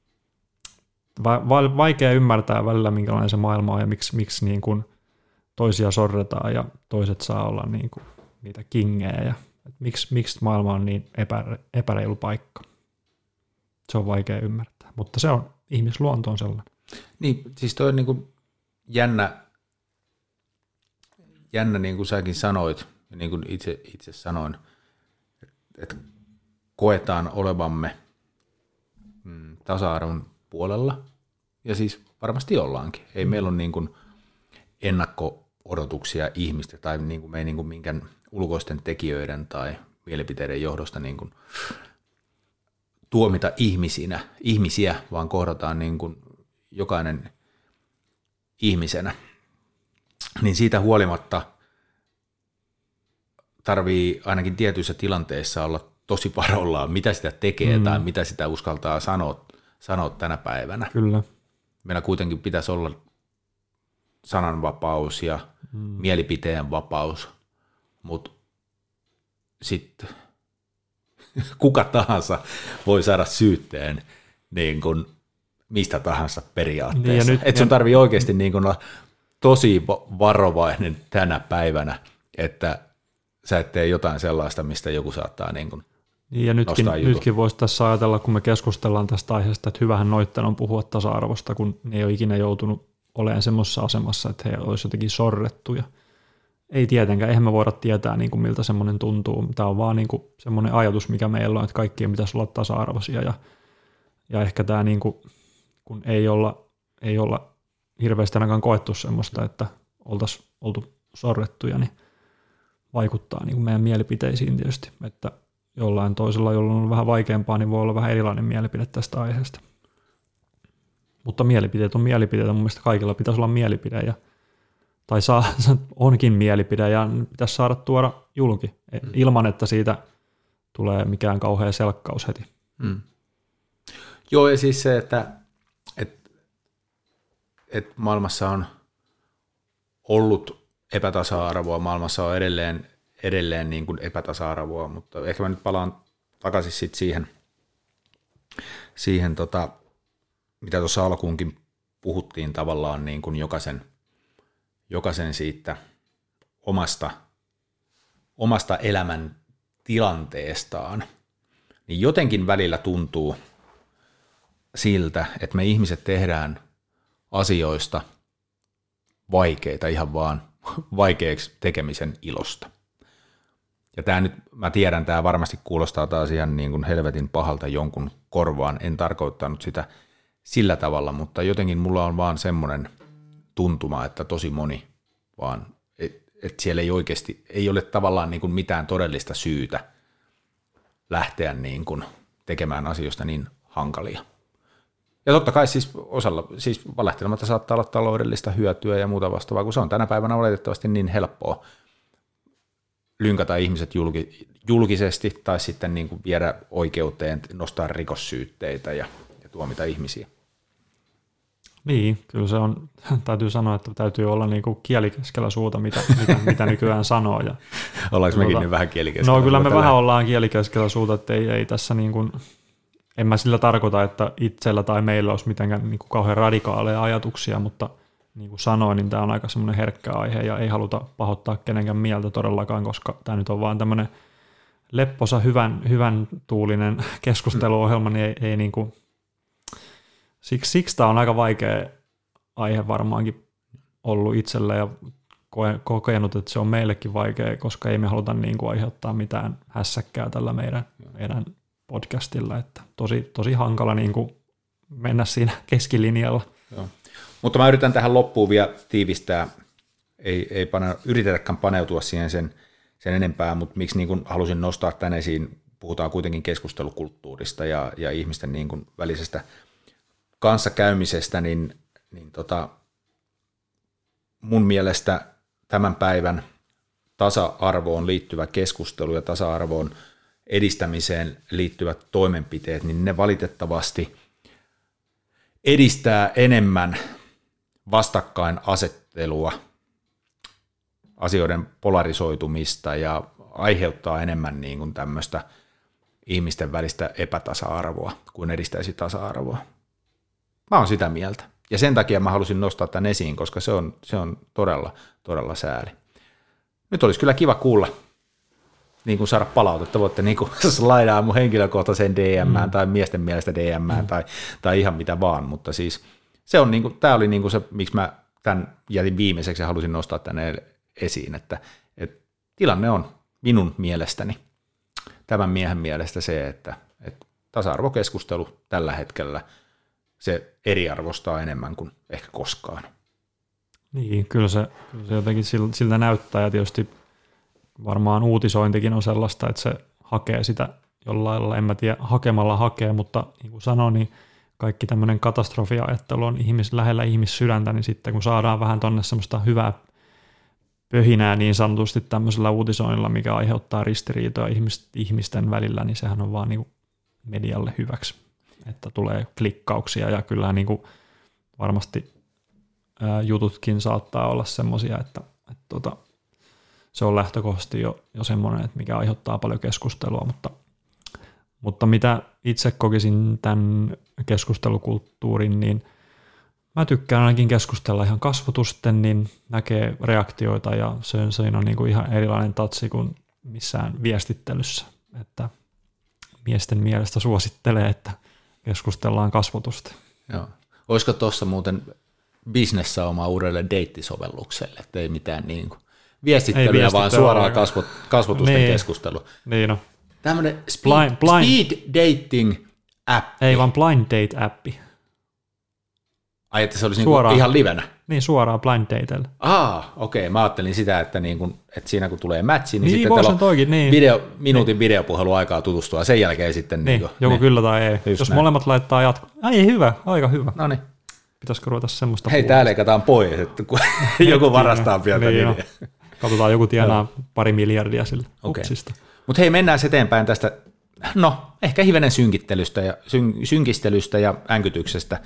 vaikea ymmärtää välillä, minkälainen se maailma on ja miksi niin kuin toisia sorretaan ja toiset saa olla niin kuin niitä kingejä ja miksi maailma on niin epäreilu paikka. Se on vaikea ymmärtää, mutta se on, ihmisluonto on sellainen. Niin, siis toi on niin kuin jännä niin kuin säkin sanoit, ja niin kuin itse sanoin, että koetaan olevamme tasa-arvon puolella, ja siis varmasti ollaankin. Ei meillä ole niin kuin ennakko-odotuksia ihmistä, tai niin kuin me ei niin kuin minkään ulkoisten tekijöiden tai mielipiteiden johdosta niin kuin tuomita ihmisiä, vaan kohdataan niin kuin jokainen ihmisenä. Niin siitä huolimatta tarvii ainakin tietyissä tilanteissa olla tosi parollaan, mitä sitä tekee tai mitä sitä uskaltaa sanoa tänä päivänä. Kyllä. Meillä kuitenkin pitäisi olla sananvapaus ja mielipiteen vapaus, mutta sitten kuka tahansa voi saada syytteen niin kuin mistä tahansa periaatteessa. Niin sun tarvii oikeasti niin kuin olla tosi varovainen tänä päivänä, että sä et tee jotain sellaista, mistä joku saattaa niin kuin ja nytkin voisi tässä ajatella, kun me keskustellaan tästä aiheesta, että hyvähän noitten on puhua tasa-arvosta, kun ne ei ole ikinä joutunut olemaan semmoisessa asemassa, että he olisivat jotenkin sorrettuja. Ei tietenkään, eihän me voida tietää, niin kuin miltä semmoinen tuntuu. Tämä on vaan niin kuin semmoinen ajatus, mikä meillä on, että kaikkien pitäisi olla tasa-arvoisia. Ja ehkä tämä, niin kuin, kun ei olla hirveästi ainakaan koettu semmoista, että oltaisiin oltu sorrettuja, niin vaikuttaa niin kuin meidän mielipiteisiin tietysti. Että jollain toisella, jolla on vähän vaikeampaa, niin voi olla vähän erilainen mielipide tästä aiheesta. Mutta mielipiteet on mielipiteitä. Mun mielestä kaikilla pitäisi olla mielipide tai onkin mielipide ja pitäisi saada tuoda julki ilman, että siitä tulee mikään kauhea selkkaus heti. Joo, ja siis se, että maailmassa on ollut epätasa-arvoa, maailmassa on edelleen niin kuin epätasa-arvoa, mutta ehkä mä nyt palaan takaisin sit siihen mitä tuossa alkuunkin puhuttiin tavallaan niin kuin jokaisen siitä omasta elämän tilanteestaan, niin jotenkin välillä tuntuu siltä, että me ihmiset tehdään asioista vaikeita ihan vaan vaikeaksi tekemisen ilosta. Ja tämä nyt, mä tiedän, tämä varmasti kuulostaa taas ihan niin kuin helvetin pahalta jonkun korvaan, en tarkoittanut sitä sillä tavalla, mutta jotenkin mulla on vaan semmoinen tuntuma, että tosi moni vaan, että siellä ei oikeasti, ei ole tavallaan niin kuin mitään todellista syytä lähteä niin kuin tekemään asioista niin hankalia. Ja totta kai siis osalla, siis valehtelematta saattaa olla taloudellista hyötyä ja muuta vastaavaa, kun se on tänä päivänä oletettavasti niin helppoa lynkata ihmiset julkisesti tai sitten niin kuin viedä oikeuteen, nostaa rikossyytteitä ja tuomita ihmisiä. Niin, kyllä se on, täytyy sanoa, että täytyy olla niin kuin kieli keskellä suuta, mitä nykyään sanoo. Ja, ollaanko mekin nyt vähän kieli keskellä? No kyllä me vähän ollaan kieli keskellä suuta, että ei tässä niin kuin, en mä sillä tarkoita, että itsellä tai meillä olisi mitenkään niin kuin kauhean radikaaleja ajatuksia, mutta niin kuin sanoin, niin tämä on aika semmoinen herkkä aihe ja ei haluta pahoittaa kenenkään mieltä todellakaan, koska tämä nyt on vaan tämmöinen lepposa, hyvän tuulinen keskusteluohjelma, niin ei niin kuin, siksi tämä on aika vaikea aihe varmaankin ollut itselle ja kokenut, että se on meillekin vaikea, koska ei me haluta niin kuin aiheuttaa mitään hässäkkää tällä meidän podcastilla, että tosi hankala niin kuin mennä siinä keskilinjalla. Joo. Mutta mä yritän tähän loppuun vielä tiivistää, ei yritetäkään paneutua siihen sen enempää, mutta miksi niin kuin halusin nostaa tänne esiin, puhutaan kuitenkin keskustelukulttuurista ja ihmisten niin kuin välisestä kanssakäymisestä, niin mun mielestä tämän päivän tasa-arvoon liittyvä keskustelu ja tasa-arvoon edistämiseen liittyvät toimenpiteet, niin ne valitettavasti edistää enemmän vastakkainasettelua, asioiden polarisoitumista ja aiheuttaa enemmän niin kuin tämmöistä ihmisten välistä epätasa-arvoa kuin edistäisi tasa-arvoa. Mä oon sitä mieltä. Ja sen takia mä halusin nostaa tämän esiin, koska se on todella, todella sääli. Nyt olisi kyllä kiva kuulla, niin kuin saada palautetta. Voitte niin kuin slaidaa mun henkilökohtaisen DM:ään tai miesten mielestä DM:ään tai ihan mitä vaan. Mutta siis se on niin kuin, tämä oli niin kuin se, miksi mä tämän jätin viimeiseksi ja halusin nostaa tänne esiin, että tilanne on minun mielestäni tämän miehen mielestä se, että tasa-arvokeskustelu tällä hetkellä se eriarvostaa enemmän kuin ehkä koskaan. Niin, kyllä se jotenkin siltä näyttää, ja tietysti varmaan uutisointikin on sellaista, että se hakee sitä jollain lailla, en mä tiedä, hakemalla hakee, mutta niin kuin sanoin, niin kaikki tämmöinen katastrofiajattelu on lähellä ihmissydäntä, niin sitten kun saadaan vähän tonne semmoista hyvää pöhinää niin sanotusti tämmöisellä uutisoinnilla, mikä aiheuttaa ristiriitoja ihmisten välillä, niin sehän on vaan niin kuin medialle hyväksi, että tulee klikkauksia, ja kyllähän niin kuin varmasti jututkin saattaa olla semmoisia, että se on lähtökohtaisesti jo semmoinen, että mikä aiheuttaa paljon keskustelua, mutta mitä itse kokisin tämän keskustelukulttuurin, niin mä tykkään ainakin keskustella ihan kasvotusten, niin näkee reaktioita, ja se on niin kuin ihan erilainen tatsi kuin missään viestittelyssä, että miesten mielestä suosittelee, että keskustellaan kasvotusten. Joo. Olisiko tuossa muuten bisnessaumaa uudelle deittisovellukselle, että ei mitään niin kuin viestittelyä, vaan suoraan kasvotusten keskustelu. Niin no. Tämmöinen speed dating app. Ei vaan blind date-appi. Ai, että se olisi suoraan, ihan livenä? Niin, suoraan blind datelle. Okei. Mä ajattelin sitä, että, että siinä kun tulee matchi, niin sitten teillä on toikin, niin. Minuutin videopuhelu aikaa tutustua, sen jälkeen sitten... Joku kyllä tai ei. Jos molemmat laittaa Ai hyvä, aika hyvä. No niin. Pitäisikö ruveta semmoista Hei, tää leikataan pois, että kun joku varastaa pientä videoa. Katsotaan, joku tienaa $2 miljardia sillä upsista. Mutta hei, mennään eteenpäin tästä, ehkä hivenen synkistelystä ja änkytyksestä.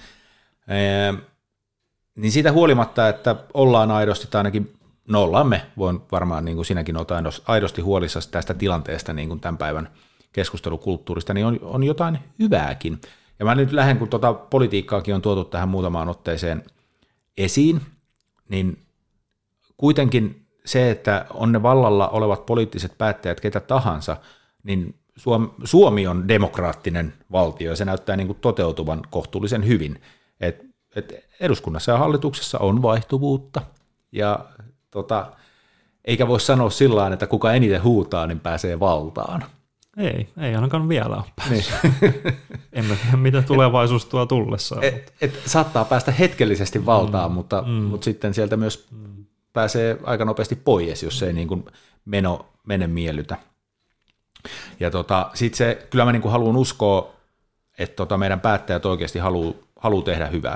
Niin siitä huolimatta, että ollaan aidosti, tai ainakin ollaan voin varmaan, niin kuin sinäkin olet aidosti huolissasi tästä tilanteesta, niin kuin tämän päivän keskustelukulttuurista, niin on jotain hyvääkin. Ja mä nyt lähden, kun politiikkaakin on tuotu tähän muutamaan otteeseen esiin, niin kuitenkin se, että on ne vallalla olevat poliittiset päättäjät ketä tahansa, niin Suomi on demokraattinen valtio, ja se näyttää niin kuin toteutuvan kohtuullisen hyvin. Et eduskunnassa ja hallituksessa on vaihtuvuutta, ja eikä voi sanoa sillä tavalla, että kuka eniten huutaa, niin pääsee valtaan. Ei ainakaan vielä ole päässyt. Emme tiedä, mitä tulevaisuus tuo tullessaan. Saattaa päästä hetkellisesti valtaan, mutta sitten sieltä myös pääsee aika nopeasti pois, jos ei niin kuin mene miellytä. Ja sitten se, kyllä mä niin kuin haluan uskoa, että meidän päättäjät oikeasti haluaa tehdä hyvää.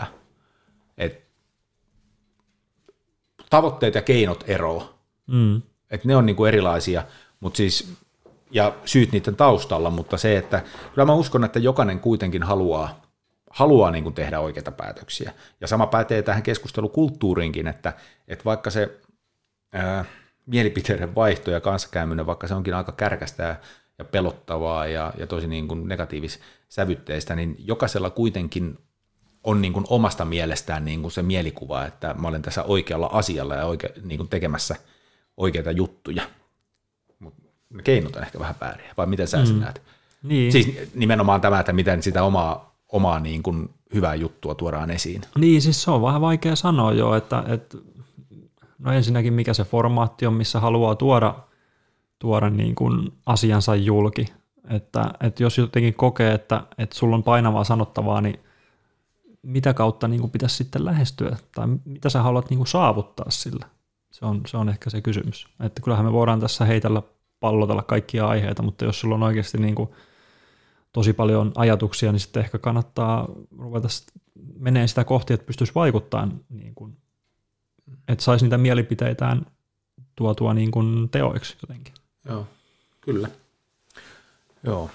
Tavoitteet ja keinot eroavat. Ne on niin kuin erilaisia, mutta siis, ja syyt niiden taustalla, mutta se, että kyllä mä uskon, että jokainen kuitenkin haluaa niin kuin tehdä oikeita päätöksiä. Ja sama pätee tähän keskustelukulttuuriinkin, että vaikka se mielipiteiden vaihto ja kanssakäyminen, vaikka se onkin aika kärkästä ja pelottavaa ja tosi niin kuin negatiivissävytteistä, niin jokaisella kuitenkin on niin kuin omasta mielestään niin kuin se mielikuva, että mä olen tässä oikealla asialla ja niin kuin tekemässä oikeita juttuja. Mutta ne keinot on ehkä vähän vääriä, vai miten sä sen näet? Niin. Siis nimenomaan tämä, että miten sitä omaa niin kuin hyvää juttua tuodaan esiin. Niin, siis se on vähän vaikea sanoa jo, että no ensinnäkin mikä se formaatti on, missä haluaa tuoda niin kuin asiansa julki. Että jos jotenkin kokee, että sulla on painavaa sanottavaa, niin mitä kautta niin kuin pitäisi sitten lähestyä, tai mitä sä haluat niin kuin saavuttaa sillä? Se on ehkä se kysymys. Että kyllähän me voidaan tässä pallotella kaikkia aiheita, mutta jos sulla on oikeasti niin kuin tosi paljon ajatuksia, niin sitten ehkä kannattaa ruveta menee sitä kohti, että pystyisi vaikuttamaan, niin kuin, että saisi niitä mielipiteitään tuotua niin kuin teoiksi jotenkin. Joo, kyllä. Joo.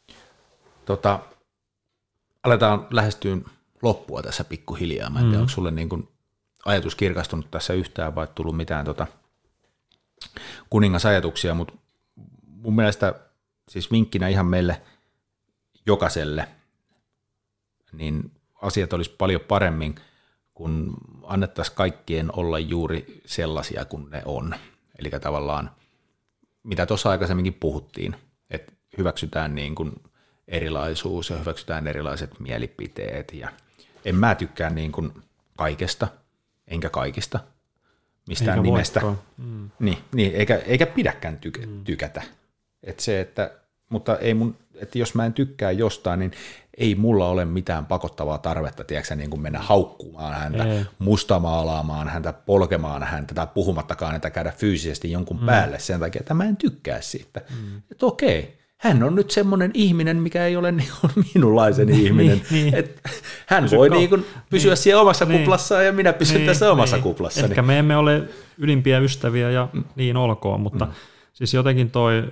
Aletaan lähestyä loppua tässä pikkuhiljaa. Mä en tiedä, onko sulle niin kuin ajatus kirkastunut tässä yhtään vai tullut mitään kuningasajatuksia, mutta mun mielestä siis vinkkinä ihan meille jokaiselle, niin asiat olisi paljon paremmin, kun annettaisiin kaikkien olla juuri sellaisia kuin ne on. Eli tavallaan, mitä tuossa aikaisemminkin puhuttiin, että hyväksytään niin kuin erilaisuus ja hyväksytään erilaiset mielipiteet. Ja en mä tykkää niin kuin kaikesta, enkä kaikista, mistään nimestä. Niin, eikä pidäkään tykätä. Että se, että mutta ei että jos mä en tykkää jostain, niin ei mulla ole mitään pakottavaa tarvetta, tiedätkö, niin kuin mennä haukkumaan häntä, mustamaalaamaan häntä, polkemaan häntä tai puhumattakaan, että käydä fyysisesti jonkun päälle sen takia, että mä en tykkää siitä. Että okei, hän on nyt semmoinen ihminen, mikä ei ole niin minunlaisen ihminen. Että hän voi pysyä siellä omassa kuplassaan ja minä pysyn tässä omassa kuplassani. Ehkä me emme ole ylimpiä ystäviä ja niin olkoon, mutta siis jotenkin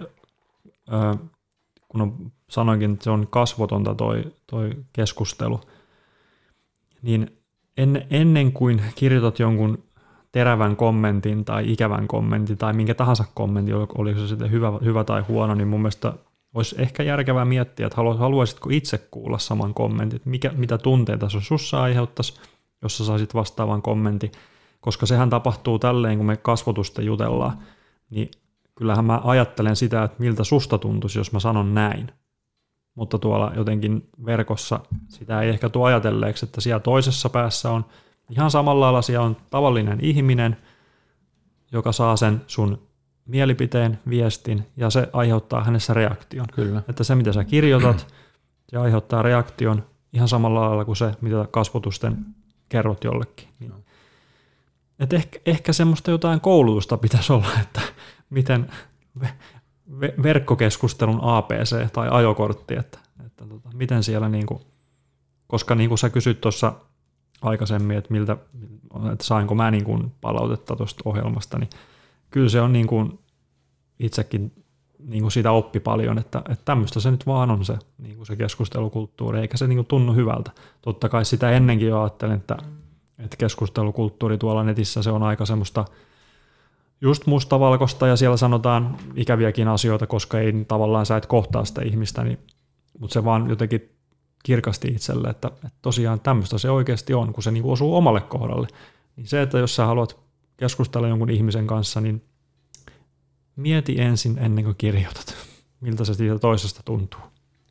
kun sanoinkin, että se on kasvotonta toi keskustelu, niin ennen kuin kirjoitat jonkun terävän kommentin tai ikävän kommentin tai minkä tahansa kommentin, oliko se sitten hyvä tai huono, niin mun mielestä olisi ehkä järkevää miettiä, että haluaisitko itse kuulla saman kommentin, mitä tunteita se sussa aiheuttaisi, jos sä saisit vastaavan kommentin, koska sehän tapahtuu tälleen, kun me kasvotusten jutellaan, niin kyllähän mä ajattelen sitä, että miltä susta tuntuisi, jos mä sanon näin. Mutta tuolla jotenkin verkossa sitä ei ehkä tule ajatelleeksi, että siellä toisessa päässä on ihan samalla lailla siellä on tavallinen ihminen, joka saa sen sun mielipiteen, viestin, ja se aiheuttaa hänessä reaktion. Kyllä. Että se, mitä sä kirjoitat, se aiheuttaa reaktion ihan samalla lailla kuin se, mitä kasvotusten kerrot jollekin. Niin. Et ehkä semmoista jotain koulutusta pitäisi olla, että miten verkkokeskustelun ABC tai ajokortti, että miten siellä, koska niin kuin sä kysyt tuossa aikaisemmin, että sainko mä palautetta tuosta ohjelmasta, niin kyllä se on itsekin siitä oppi paljon, että tämmöistä se nyt vaan on se keskustelukulttuuri, eikä se tunnu hyvältä. Totta kai sitä ennenkin jo ajattelin, että keskustelukulttuuri tuolla netissä se on aika semmoista just mustavalkoista ja siellä sanotaan ikäviäkin asioita, koska ei tavallaan sä et kohtaa sitä ihmistä, mutta se vaan jotenkin kirkasti itselle, että tosiaan tämmöistä se oikeasti on, kun se osuu omalle kohdalle. Niin se, että jos sä haluat keskustella jonkun ihmisen kanssa, niin mieti ensin ennen kuin kirjoitat, miltä se siitä toisesta tuntuu.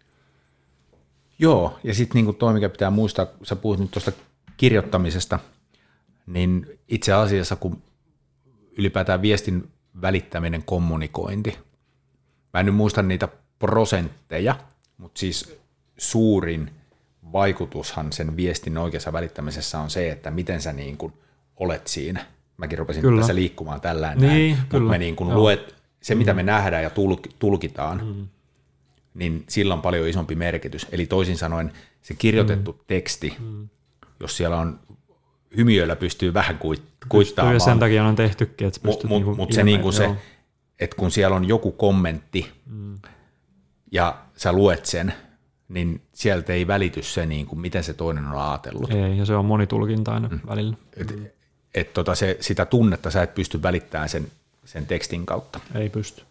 Joo, ja sitten toi, mikä pitää muistaa, kun sä puhut nyt tuosta kirjoittamisesta, niin itse asiassa, kun ylipäätään viestin välittäminen, kommunikointi, mä en nyt muista niitä prosentteja, mutta siis suurin vaikutushan sen viestin oikeassa välittämisessä on se, että miten sä olet siinä. Mäkin rupesin tässä liikkumaan tällään mutta me se mitä me nähdään ja tulkitaan, niin sillä on paljon isompi merkitys. Eli toisin sanoen se kirjoitettu teksti, jos siellä on hymiöillä pystyy vähän kuittaamaan. Ja sen takia on tehtykin, että pystyt mutta se, että kun siellä on joku kommentti ja sä luet sen, niin sieltä ei välity se, miten se toinen on ajatellut. Ei, ja se on monitulkintainen välillä. Sitä tunnetta sä et pysty välittämään sen tekstin kautta. Ei pysty.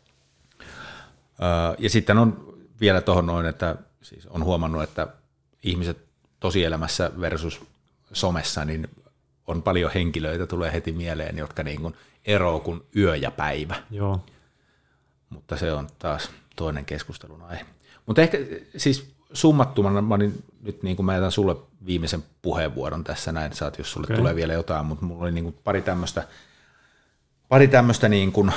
Ja sitten on vielä tuohon noin, että siis on huomannut, että ihmiset tosielämässä versus somessa, niin on paljon henkilöitä, tulee heti mieleen, jotka eroavat kuin yö ja päivä. Joo. Mutta se on taas toinen keskustelun aihe. Mutta ehkä siis summattumana, nyt mä jätän sulle viimeisen puheenvuoron tässä näin, saat, jos sulle tulee vielä jotain, mutta mulla oli pari tämmöistä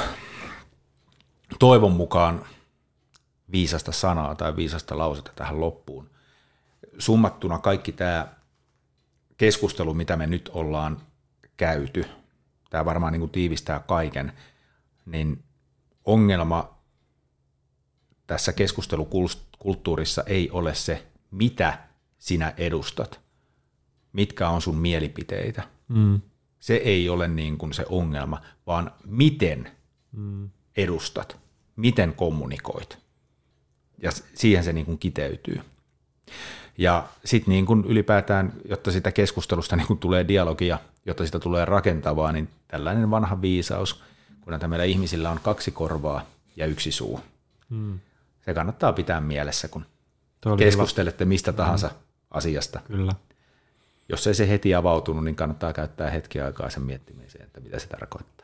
toivon mukaan viisasta sanaa tai viisasta lausetta tähän loppuun. Summattuna kaikki tämä keskustelu, mitä me nyt ollaan käyty, tämä varmaan tiivistää kaiken, niin ongelma tässä keskustelukulttuurissa ei ole se, mitä sinä edustat, mitkä on sun mielipiteitä. Se ei ole se ongelma, vaan miten edustat, miten kommunikoit. Ja siihen se kiteytyy. Ja sitten ylipäätään, jotta sitä keskustelusta tulee dialogia, jotta sitä tulee rakentavaa, niin tällainen vanha viisaus, kun näitä meillä ihmisillä on 2 korvaa ja 1 suu. Se kannattaa pitää mielessä, kun keskustelette mistä tahansa asiasta. Kyllä. Jos ei se heti avautunut, niin kannattaa käyttää hetki aikaa sen miettimiseen, että mitä se tarkoittaa.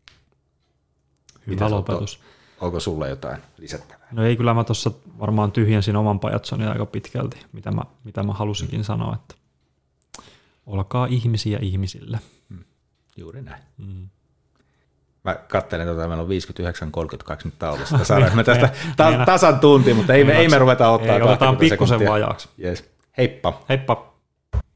Hyvä lopetus. Onko sulle jotain lisättävää? No ei, kyllä mä tuossa varmaan tyhjensin oman pajatsoni aika pitkälti, mitä mä halusinkin sanoa, että olkaa ihmisiä ihmisille. Juuri näin. Mä katselen, että meillä on 59.32 nyt taulussa. Saadaan me tästä tasan tunti, mutta ei me ruveta ottaa. Ei, otetaan pikkusen vajaaksi. Yes. Heippa. Heippa.